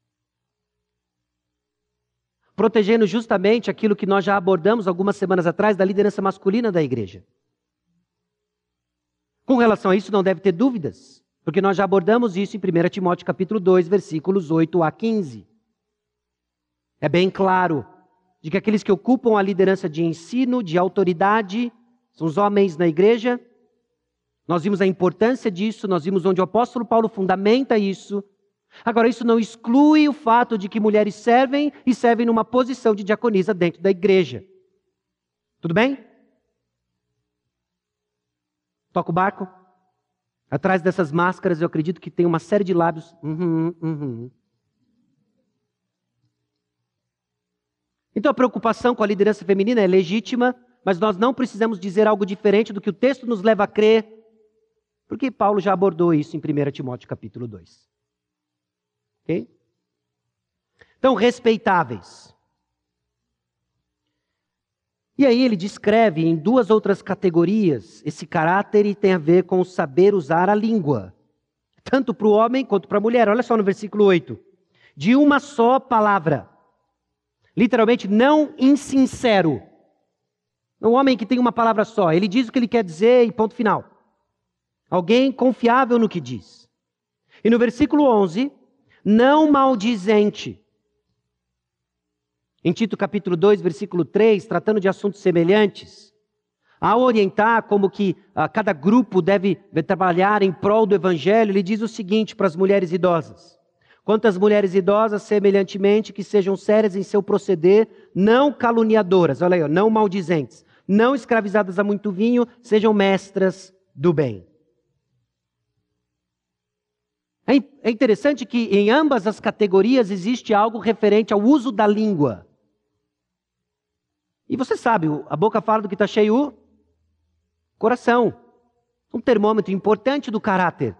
Protegendo justamente aquilo que nós já abordamos algumas semanas atrás da liderança masculina da igreja. Com relação a isso, não deve ter dúvidas, porque nós já abordamos isso em primeira Timóteo capítulo dois, versículos oito a quinze. É bem claro de que aqueles que ocupam a liderança de ensino, de autoridade, são os homens na igreja. Nós vimos a importância disso, nós vimos onde o apóstolo Paulo fundamenta isso. Agora, isso não exclui o fato de que mulheres servem e servem numa posição de diaconisa dentro da igreja. Tudo bem? Toca o barco. Atrás dessas máscaras eu acredito que tem uma série de lábios. Uhum, uhum. Então a preocupação com a liderança feminina é legítima, mas nós não precisamos dizer algo diferente do que o texto nos leva a crer, porque Paulo já abordou isso em primeira Timóteo capítulo dois. Ok? Então, respeitáveis. E aí ele descreve em duas outras categorias esse caráter e tem a ver com o saber usar a língua. Tanto para o homem quanto para a mulher. Olha só no versículo oito. De uma só palavra. Literalmente, não insincero. Um homem que tem uma palavra só. Ele diz o que ele quer dizer e ponto final. Alguém confiável no que diz. E no versículo onze, não maldizente. Em Tito capítulo dois, versículo três, tratando de assuntos semelhantes, ao orientar como que ah, cada grupo deve, deve trabalhar em prol do evangelho, ele diz o seguinte para as mulheres idosas. Quanto às mulheres idosas, semelhantemente, que sejam sérias em seu proceder, não caluniadoras, olha aí, ó, não maldizentes, não escravizadas a muito vinho, sejam mestras do bem. É interessante que em ambas as categorias existe algo referente ao uso da língua. E você sabe, a boca fala do que está cheio o coração. Um termômetro importante do caráter.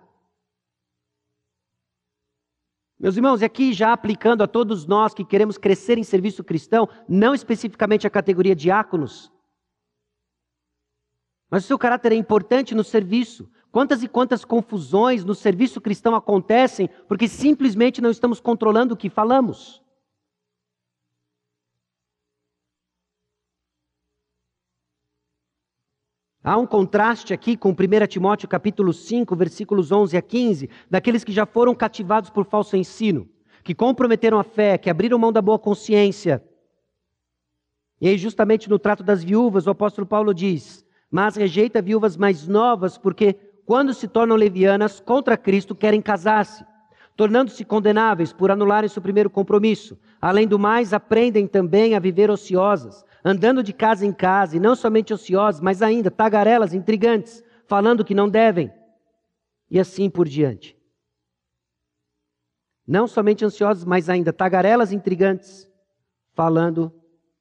Meus irmãos, e aqui já aplicando a todos nós que queremos crescer em serviço cristão, não especificamente a categoria diáconos, mas o seu caráter é importante no serviço. Quantas e quantas confusões no serviço cristão acontecem porque simplesmente não estamos controlando o que falamos. Há um contraste aqui com primeira Timóteo capítulo cinco, versículos onze a quinze, daqueles que já foram cativados por falso ensino, que comprometeram a fé, que abriram mão da boa consciência. E aí justamente no trato das viúvas, o apóstolo Paulo diz, mas rejeita viúvas mais novas, porque quando se tornam levianas, contra Cristo querem casar-se, tornando-se condenáveis por anularem seu primeiro compromisso. Além do mais, aprendem também a viver ociosas, andando de casa em casa, e não somente ociosas, mas ainda tagarelas, intrigantes, falando o que não devem, e assim por diante. Não somente ansiosas, mas ainda tagarelas, intrigantes, falando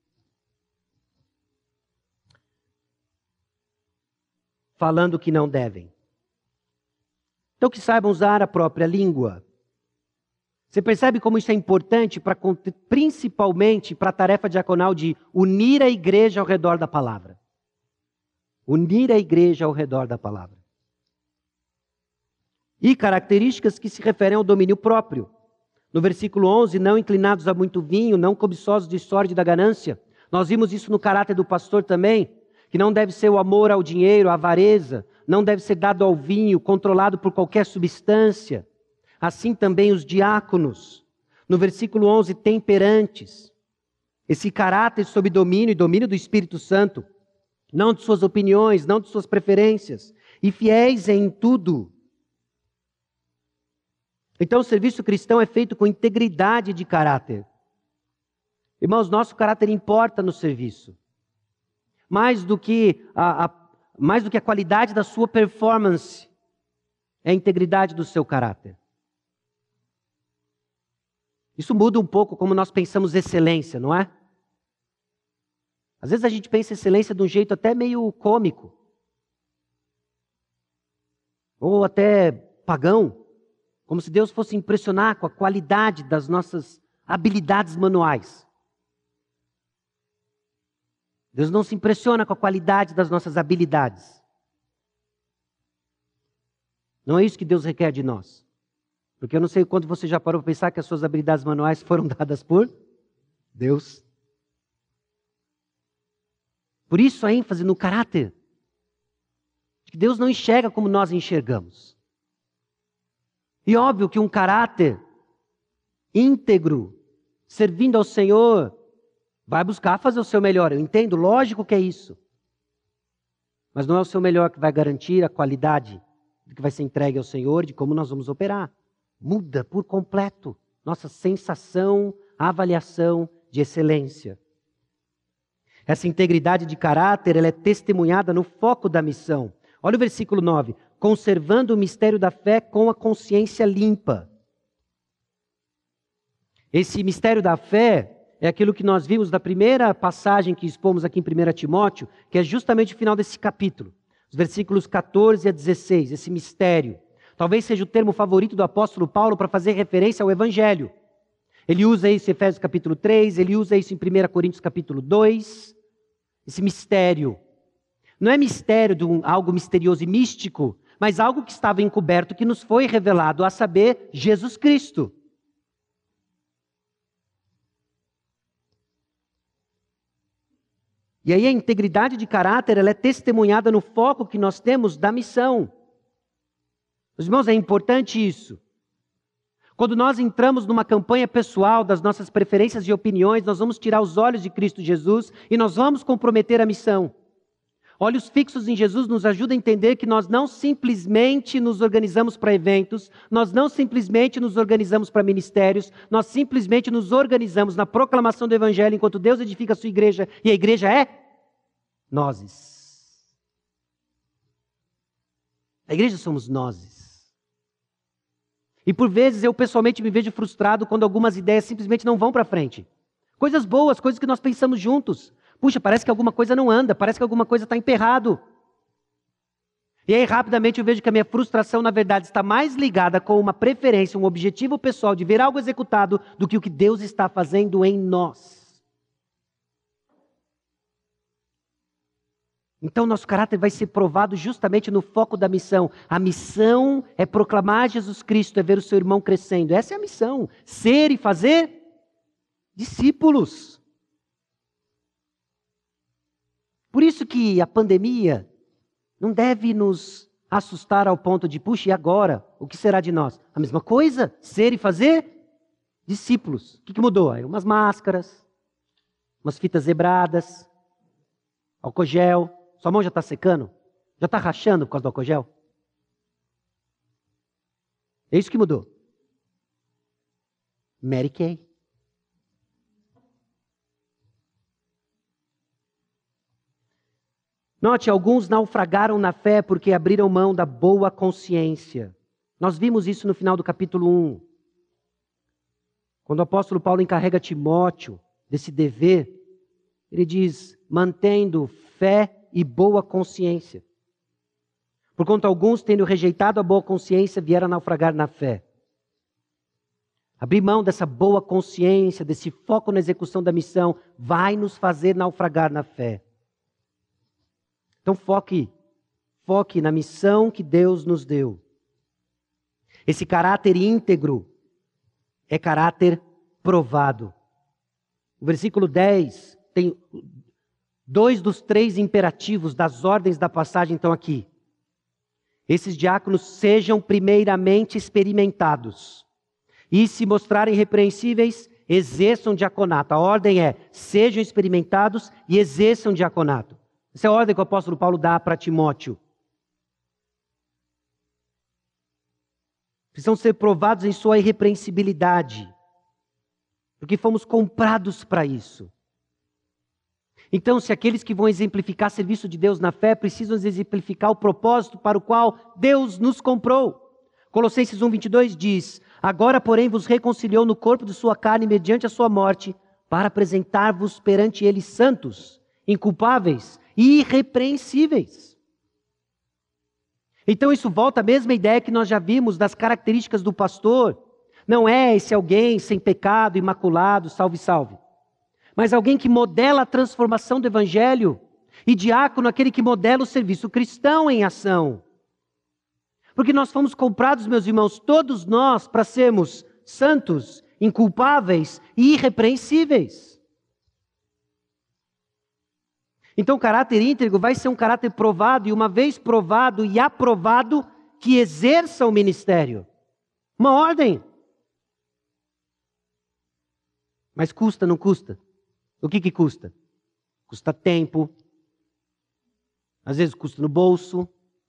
falando o que não devem. Então que saibam usar a própria língua. Você percebe como isso é importante, pra, principalmente para a tarefa diaconal de unir a igreja ao redor da palavra. Unir a igreja ao redor da palavra. E características que se referem ao domínio próprio. No versículo onze, não inclinados a muito vinho, não cobiçosos de sorte e da ganância. Nós vimos isso no caráter do pastor também, que não deve ser o amor ao dinheiro, a avareza, não deve ser dado ao vinho, controlado por qualquer substância. Assim também os diáconos. No versículo onze, temperantes. Esse caráter sob domínio e domínio do Espírito Santo. Não de suas opiniões, não de suas preferências. E fiéis em tudo. Então o serviço cristão é feito com integridade de caráter. Irmãos, nosso caráter importa no serviço. Mais do que a, a, mais do que a qualidade da sua performance, é a integridade do seu caráter. Isso muda um pouco como nós pensamos excelência, não é? Às vezes a gente pensa excelência de um jeito até meio cômico. Ou até pagão. Como se Deus fosse impressionar com a qualidade das nossas habilidades manuais. Deus não se impressiona com a qualidade das nossas habilidades. Não é isso que Deus requer de nós. Porque eu não sei quando você já parou para pensar que as suas habilidades manuais foram dadas por Deus. Por isso a ênfase no caráter. que Deus não enxerga como nós enxergamos. E óbvio que um caráter íntegro, servindo ao Senhor, vai buscar fazer o seu melhor. Eu entendo, lógico que é isso. Mas não é o seu melhor que vai garantir a qualidade do que vai ser entregue ao Senhor, de como nós vamos operar. Muda por completo nossa sensação, avaliação de excelência. Essa integridade de caráter, ela é testemunhada no foco da missão. Olha o versículo nove. Conservando o mistério da fé com a consciência limpa. Esse mistério da fé é aquilo que nós vimos da primeira passagem que expomos aqui em primeira Timóteo, que é justamente o final desse capítulo. Os versículos catorze a dezesseis, esse mistério. Talvez seja o termo favorito do apóstolo Paulo para fazer referência ao Evangelho. Ele usa isso em Efésios capítulo três, ele usa isso em primeira Coríntios capítulo dois. Esse mistério. Não é mistério de um, algo misterioso e místico, mas algo que estava encoberto, que nos foi revelado, a saber, Jesus Cristo. E aí a integridade de caráter, ela é testemunhada no foco que nós temos da missão. Os irmãos, é importante isso. Quando nós entramos numa campanha pessoal das nossas preferências e opiniões, nós vamos tirar os olhos de Cristo Jesus e nós vamos comprometer a missão. Olhos fixos em Jesus nos ajuda a entender que nós não simplesmente nos organizamos para eventos, nós não simplesmente nos organizamos para ministérios, nós simplesmente nos organizamos na proclamação do Evangelho enquanto Deus edifica a sua igreja e a igreja é nós. A igreja somos nós. E por vezes eu pessoalmente me vejo frustrado quando algumas ideias simplesmente não vão para frente. Coisas boas, coisas que nós pensamos juntos. Puxa, parece que alguma coisa não anda, parece que alguma coisa está emperrado. E aí rapidamente eu vejo que a minha frustração na verdade está mais ligada com uma preferência, um objetivo pessoal de ver algo executado do que o que Deus está fazendo em nós. Então nosso caráter vai ser provado justamente no foco da missão. A missão é proclamar Jesus Cristo, é ver o seu irmão crescendo. Essa é a missão. Ser e fazer discípulos. Por isso que a pandemia não deve nos assustar ao ponto de, puxa, e agora? O que será de nós? A mesma coisa, ser e fazer discípulos. O que, que mudou? Aí, umas máscaras, umas fitas zebradas, álcool gel. Sua mão já está secando? Já está rachando por causa do álcool gel? É isso que mudou. Mary Kay. Note, alguns naufragaram na fé porque abriram mão da boa consciência. Nós vimos isso no final do capítulo um. Quando o apóstolo Paulo encarrega Timóteo desse dever, ele diz, mantendo fé e boa consciência. Porquanto alguns, tendo rejeitado a boa consciência, vieram a naufragar na fé. Abrir mão dessa boa consciência, desse foco na execução da missão, vai nos fazer naufragar na fé. Então foque, foque na missão que Deus nos deu. Esse caráter íntegro é caráter provado. O versículo dez tem dois dos três imperativos das ordens da passagem estão aqui. Esses diáconos sejam primeiramente experimentados. E se mostrarem repreensíveis, exerçam diaconato. A ordem é, sejam experimentados e exerçam diaconato. Essa é a ordem que o apóstolo Paulo dá para Timóteo. Precisam ser provados em sua irrepreensibilidade. Porque fomos comprados para isso. Então, se aqueles que vão exemplificar serviço de Deus na fé, precisam exemplificar o propósito para o qual Deus nos comprou. Colossenses um, vinte e dois diz, agora, porém, vos reconciliou no corpo de sua carne mediante a sua morte, para apresentar-vos perante ele santos, inculpáveis e irrepreensíveis. Então isso volta à mesma ideia que nós já vimos das características do pastor. Não é esse alguém sem pecado, imaculado, salve, salve. Mas alguém que modela a transformação do evangelho. E diácono, aquele que modela o serviço cristão em ação. Porque nós fomos comprados, meus irmãos, todos nós, para sermos santos, inculpáveis e irrepreensíveis. Então o caráter íntegro vai ser um caráter provado, e uma vez provado e aprovado, que exerça o ministério. Uma ordem. Mas custa, não custa? O que que custa? Custa tempo. Às vezes custa no bolso.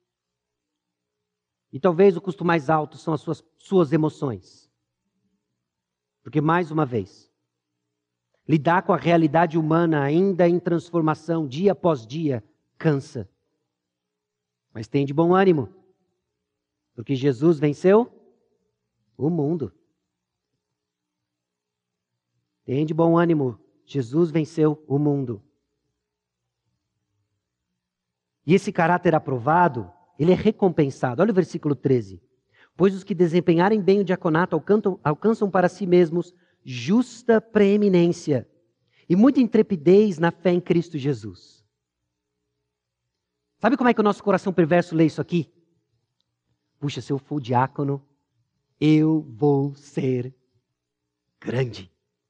E talvez o custo mais alto são as suas, suas emoções. Porque, mais uma vez, lidar com a realidade humana ainda em transformação, dia após dia, cansa. Mas tem de bom ânimo. Porque Jesus venceu o mundo. Tem de bom ânimo. Jesus venceu o mundo. E esse caráter aprovado, ele é recompensado. Olha o versículo treze. Pois os que desempenharem bem o diaconato alcançam, alcançam para si mesmos justa preeminência e muita intrepidez na fé em Cristo Jesus. Sabe como é que o nosso coração perverso lê isso aqui? Puxa, se eu for diácono, eu vou ser grande.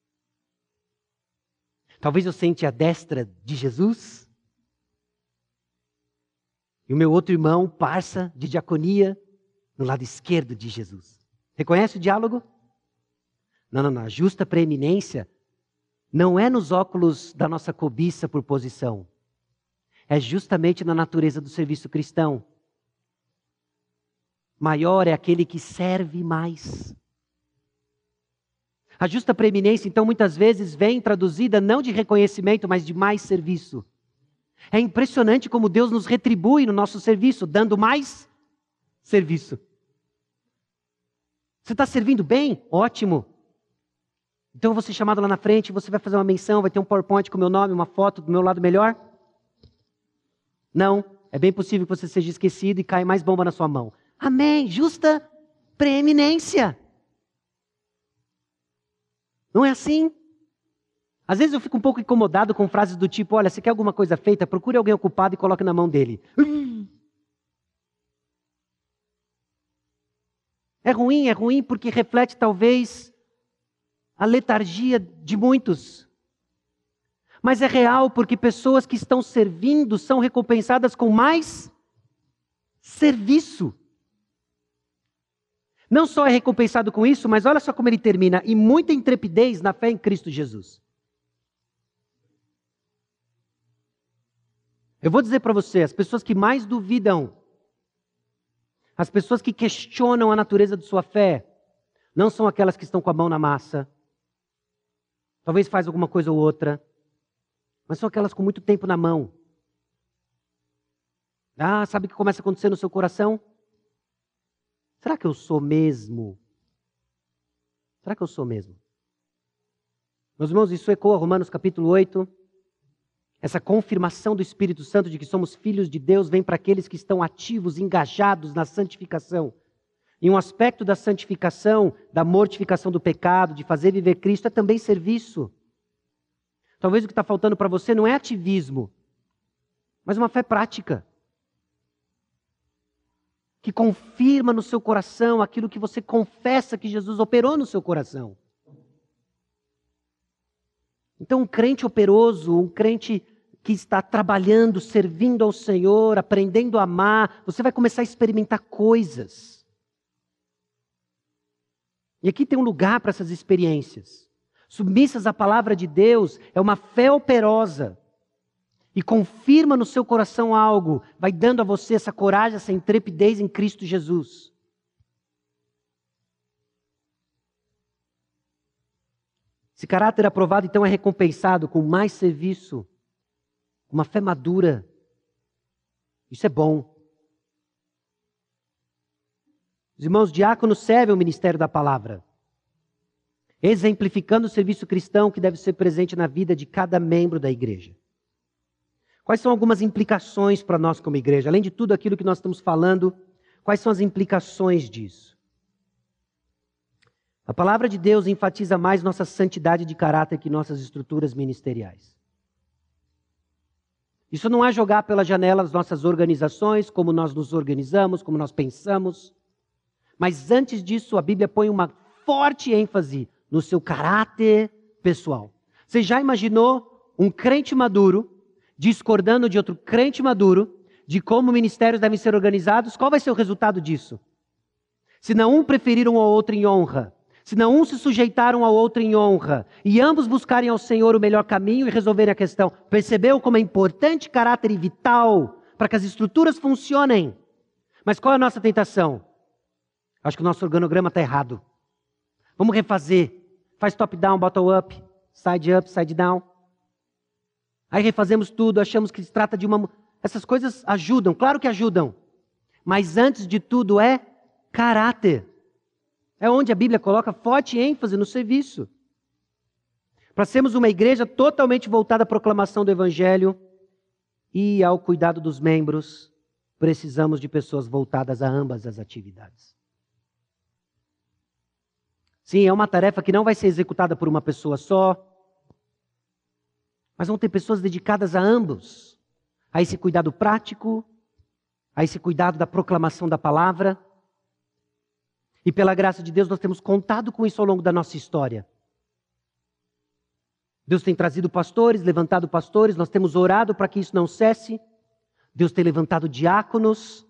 Talvez eu sente a destra de Jesus. E o meu outro irmão, parça de diaconia, no lado esquerdo de Jesus. Reconhece o diálogo? Não, não, não. A justa preeminência não é nos óculos da nossa cobiça por posição. É justamente na natureza do serviço cristão. Maior é aquele que serve mais. A justa preeminência, então, muitas vezes vem traduzida não de reconhecimento, mas de mais serviço. É impressionante como Deus nos retribui no nosso serviço, dando mais serviço. Você está servindo bem? Ótimo. Então eu vou ser chamado lá na frente, você vai fazer uma menção, vai ter um PowerPoint com o meu nome, uma foto do meu lado melhor? Não. É bem possível que você seja esquecido e caia mais bomba na sua mão. Amém. Justa preeminência. Não é assim? Às vezes eu fico um pouco incomodado com frases do tipo, olha, você quer alguma coisa feita? Procure alguém ocupado e coloque na mão dele. É ruim, é ruim porque reflete talvez a letargia de muitos. Mas é real porque pessoas que estão servindo são recompensadas com mais serviço. Não só é recompensado com isso, mas olha só como ele termina. E muita intrepidez na fé em Cristo Jesus. Eu vou dizer para você, as pessoas que mais duvidam, as pessoas que questionam a natureza de sua fé, não são aquelas que estão com a mão na massa, talvez faz alguma coisa ou outra, mas são aquelas com muito tempo na mão. Ah, sabe o que começa a acontecer no seu coração? Será que eu sou mesmo? Será que eu sou mesmo? Meus irmãos, isso ecoa Romanos capítulo oito. Essa confirmação do Espírito Santo de que somos filhos de Deus vem para aqueles que estão ativos, engajados na santificação. E um aspecto da santificação, da mortificação do pecado, de fazer viver Cristo, é também serviço. Talvez o que está faltando para você não é ativismo, mas uma fé prática. Que confirma no seu coração aquilo que você confessa que Jesus operou no seu coração. Então um crente operoso, um crente que está trabalhando, servindo ao Senhor, aprendendo a amar, você vai começar a experimentar coisas. E aqui tem um lugar para essas experiências. Submissas à palavra de Deus é uma fé operosa. E confirma no seu coração algo, vai dando a você essa coragem, essa intrepidez em Cristo Jesus. Esse caráter aprovado, então, é recompensado com mais serviço, uma fé madura. Isso é bom. Os irmãos diáconos servem o ministério da palavra, exemplificando o serviço cristão que deve ser presente na vida de cada membro da igreja. Quais são algumas implicações para nós como igreja? Além de tudo aquilo que nós estamos falando, quais são as implicações disso? A palavra de Deus enfatiza mais nossa santidade de caráter que nossas estruturas ministeriais. Isso não é jogar pela janela as nossas organizações, como nós nos organizamos, como nós pensamos. Mas antes disso, a Bíblia põe uma forte ênfase no seu caráter pessoal. Você já imaginou um crente maduro, discordando de outro crente maduro, de como ministérios devem ser organizados, qual vai ser o resultado disso? Se não um preferiram ao outro em honra, se não um se sujeitaram ao outro em honra, e ambos buscarem ao Senhor o melhor caminho e resolverem a questão, percebeu como é importante caráter e vital para que as estruturas funcionem? Mas qual é a nossa tentação? Acho que o nosso organograma está errado. Vamos refazer. Faz top-down, bottom-up, side-up, side-down. Aí refazemos tudo, achamos que se trata de uma... Essas coisas ajudam, claro que ajudam. Mas antes de tudo é caráter. É onde a Bíblia coloca forte ênfase no serviço. Para sermos uma igreja totalmente voltada à proclamação do Evangelho e ao cuidado dos membros, precisamos de pessoas voltadas a ambas as atividades. Sim, é uma tarefa que não vai ser executada por uma pessoa só, mas vão ter pessoas dedicadas a ambos, a esse cuidado prático, a esse cuidado da proclamação da palavra. E pela graça de Deus nós temos contado com isso ao longo da nossa história. Deus tem trazido pastores, levantado pastores, nós temos orado para que isso não cesse. Deus tem levantado diáconos.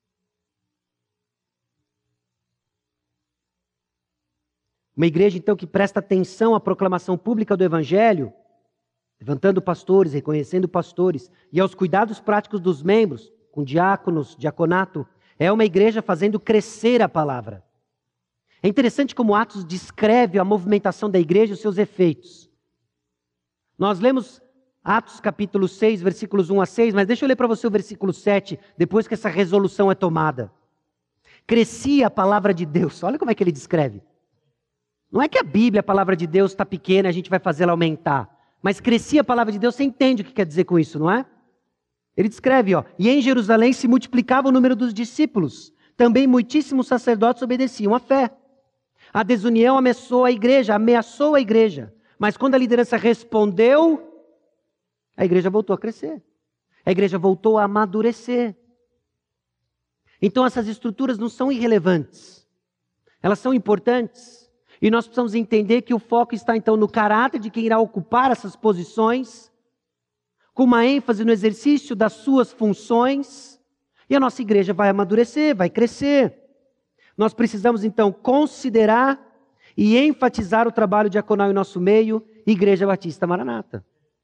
Uma igreja, então, que presta atenção à proclamação pública do Evangelho, levantando pastores, reconhecendo pastores, e aos cuidados práticos dos membros, com diáconos, diaconato, é uma igreja fazendo crescer a palavra. É interessante como Atos descreve a movimentação da igreja e os seus efeitos. Nós lemos Atos capítulo seis, versículos um a seis, mas deixa eu ler para você o versículo sete, depois que essa resolução é tomada. Crescia a palavra de Deus. Olha como é que ele descreve. Não é que a Bíblia, a palavra de Deus, está pequena e a gente vai fazê-la aumentar. Mas crescia a palavra de Deus, você entende o que quer dizer com isso, não é? Ele descreve, ó, e em Jerusalém se multiplicava o número dos discípulos. Também muitíssimos sacerdotes obedeciam à fé. A desunião ameaçou a igreja, ameaçou a igreja. Mas quando a liderança respondeu, a igreja voltou a crescer. A igreja voltou a amadurecer. Então essas estruturas não são irrelevantes. Elas são importantes. E nós precisamos entender que o foco está então no caráter de quem irá ocupar essas posições, com uma ênfase no exercício das suas funções, e a nossa igreja vai amadurecer, vai crescer. Nós precisamos então considerar e enfatizar o trabalho diaconal em nosso meio, Igreja Batista Maranata.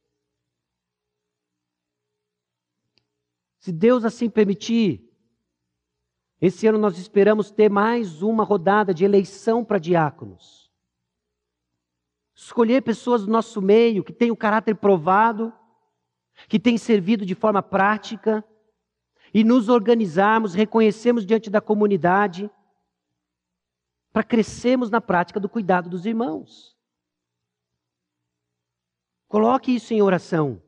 Se Deus assim permitir, esse ano nós esperamos ter mais uma rodada de eleição para diáconos. Escolher pessoas do nosso meio que têm o caráter provado, que têm servido de forma prática, e nos organizarmos, reconhecermos diante da comunidade, para crescermos na prática do cuidado dos irmãos. Coloque isso em oração.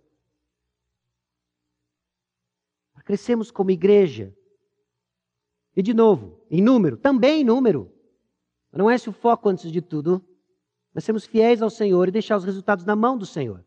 Para crescermos como igreja. E de novo, em número, também em número. Não é esse o foco antes de tudo. Nós sermos fiéis ao Senhor e deixar os resultados na mão do Senhor.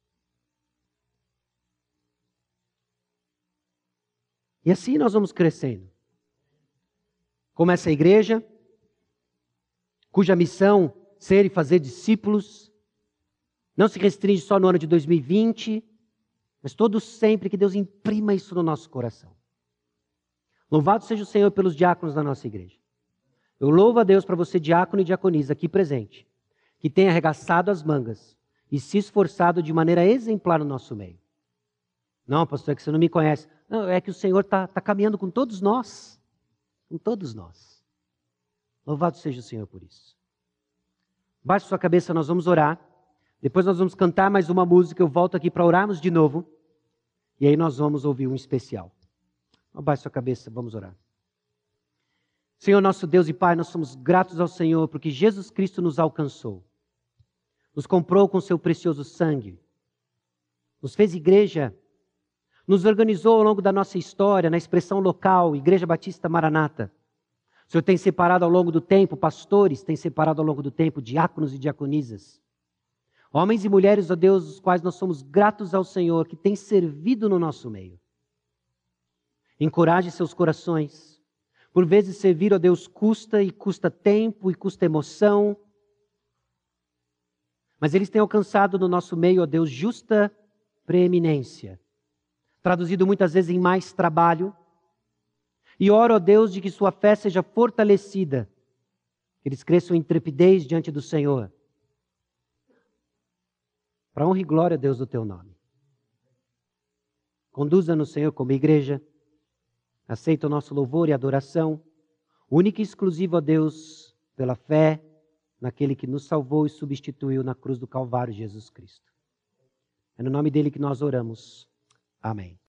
E assim nós vamos crescendo. Como essa igreja, cuja missão ser e fazer discípulos, não se restringe só no ano de dois mil e vinte, mas todo sempre que Deus imprima isso no nosso coração. Louvado seja o Senhor pelos diáconos da nossa igreja. Eu louvo a Deus para você, diácono e diaconisa, aqui presente, que tem arregaçado as mangas e se esforçado de maneira exemplar no nosso meio. Não, pastor, é que você não me conhece. Não, é que o Senhor está tá caminhando com todos nós. Com todos nós. Louvado seja o Senhor por isso. Baixe sua cabeça, nós vamos orar. Depois nós vamos cantar mais uma música. Eu volto aqui para orarmos de novo. E aí nós vamos ouvir um especial. Abaixe sua cabeça, vamos orar. Senhor nosso Deus e Pai, nós somos gratos ao Senhor porque Jesus Cristo nos alcançou. Nos comprou com seu precioso sangue. Nos fez igreja. Nos organizou ao longo da nossa história, na expressão local, Igreja Batista Maranata. O Senhor tem separado ao longo do tempo pastores, tem separado ao longo do tempo diáconos e diaconisas. Homens e mulheres, ó Deus, os quais nós somos gratos ao Senhor, que tem servido no nosso meio. Encoraje seus corações. Por vezes servir, ó Deus, custa e custa tempo e custa emoção. Mas eles têm alcançado no nosso meio, ó Deus, justa preeminência traduzido muitas vezes em mais trabalho. E oro a Deus de que sua fé seja fortalecida, que eles cresçam em intrepidez diante do Senhor. Para honra e glória, Deus, do teu nome. Conduza-nos, Senhor, como igreja. Aceita o nosso louvor e adoração, única e exclusiva, ó Deus, pela fé naquele que nos salvou e substituiu na cruz do Calvário, Jesus Cristo. É no nome dele que nós oramos. Amém.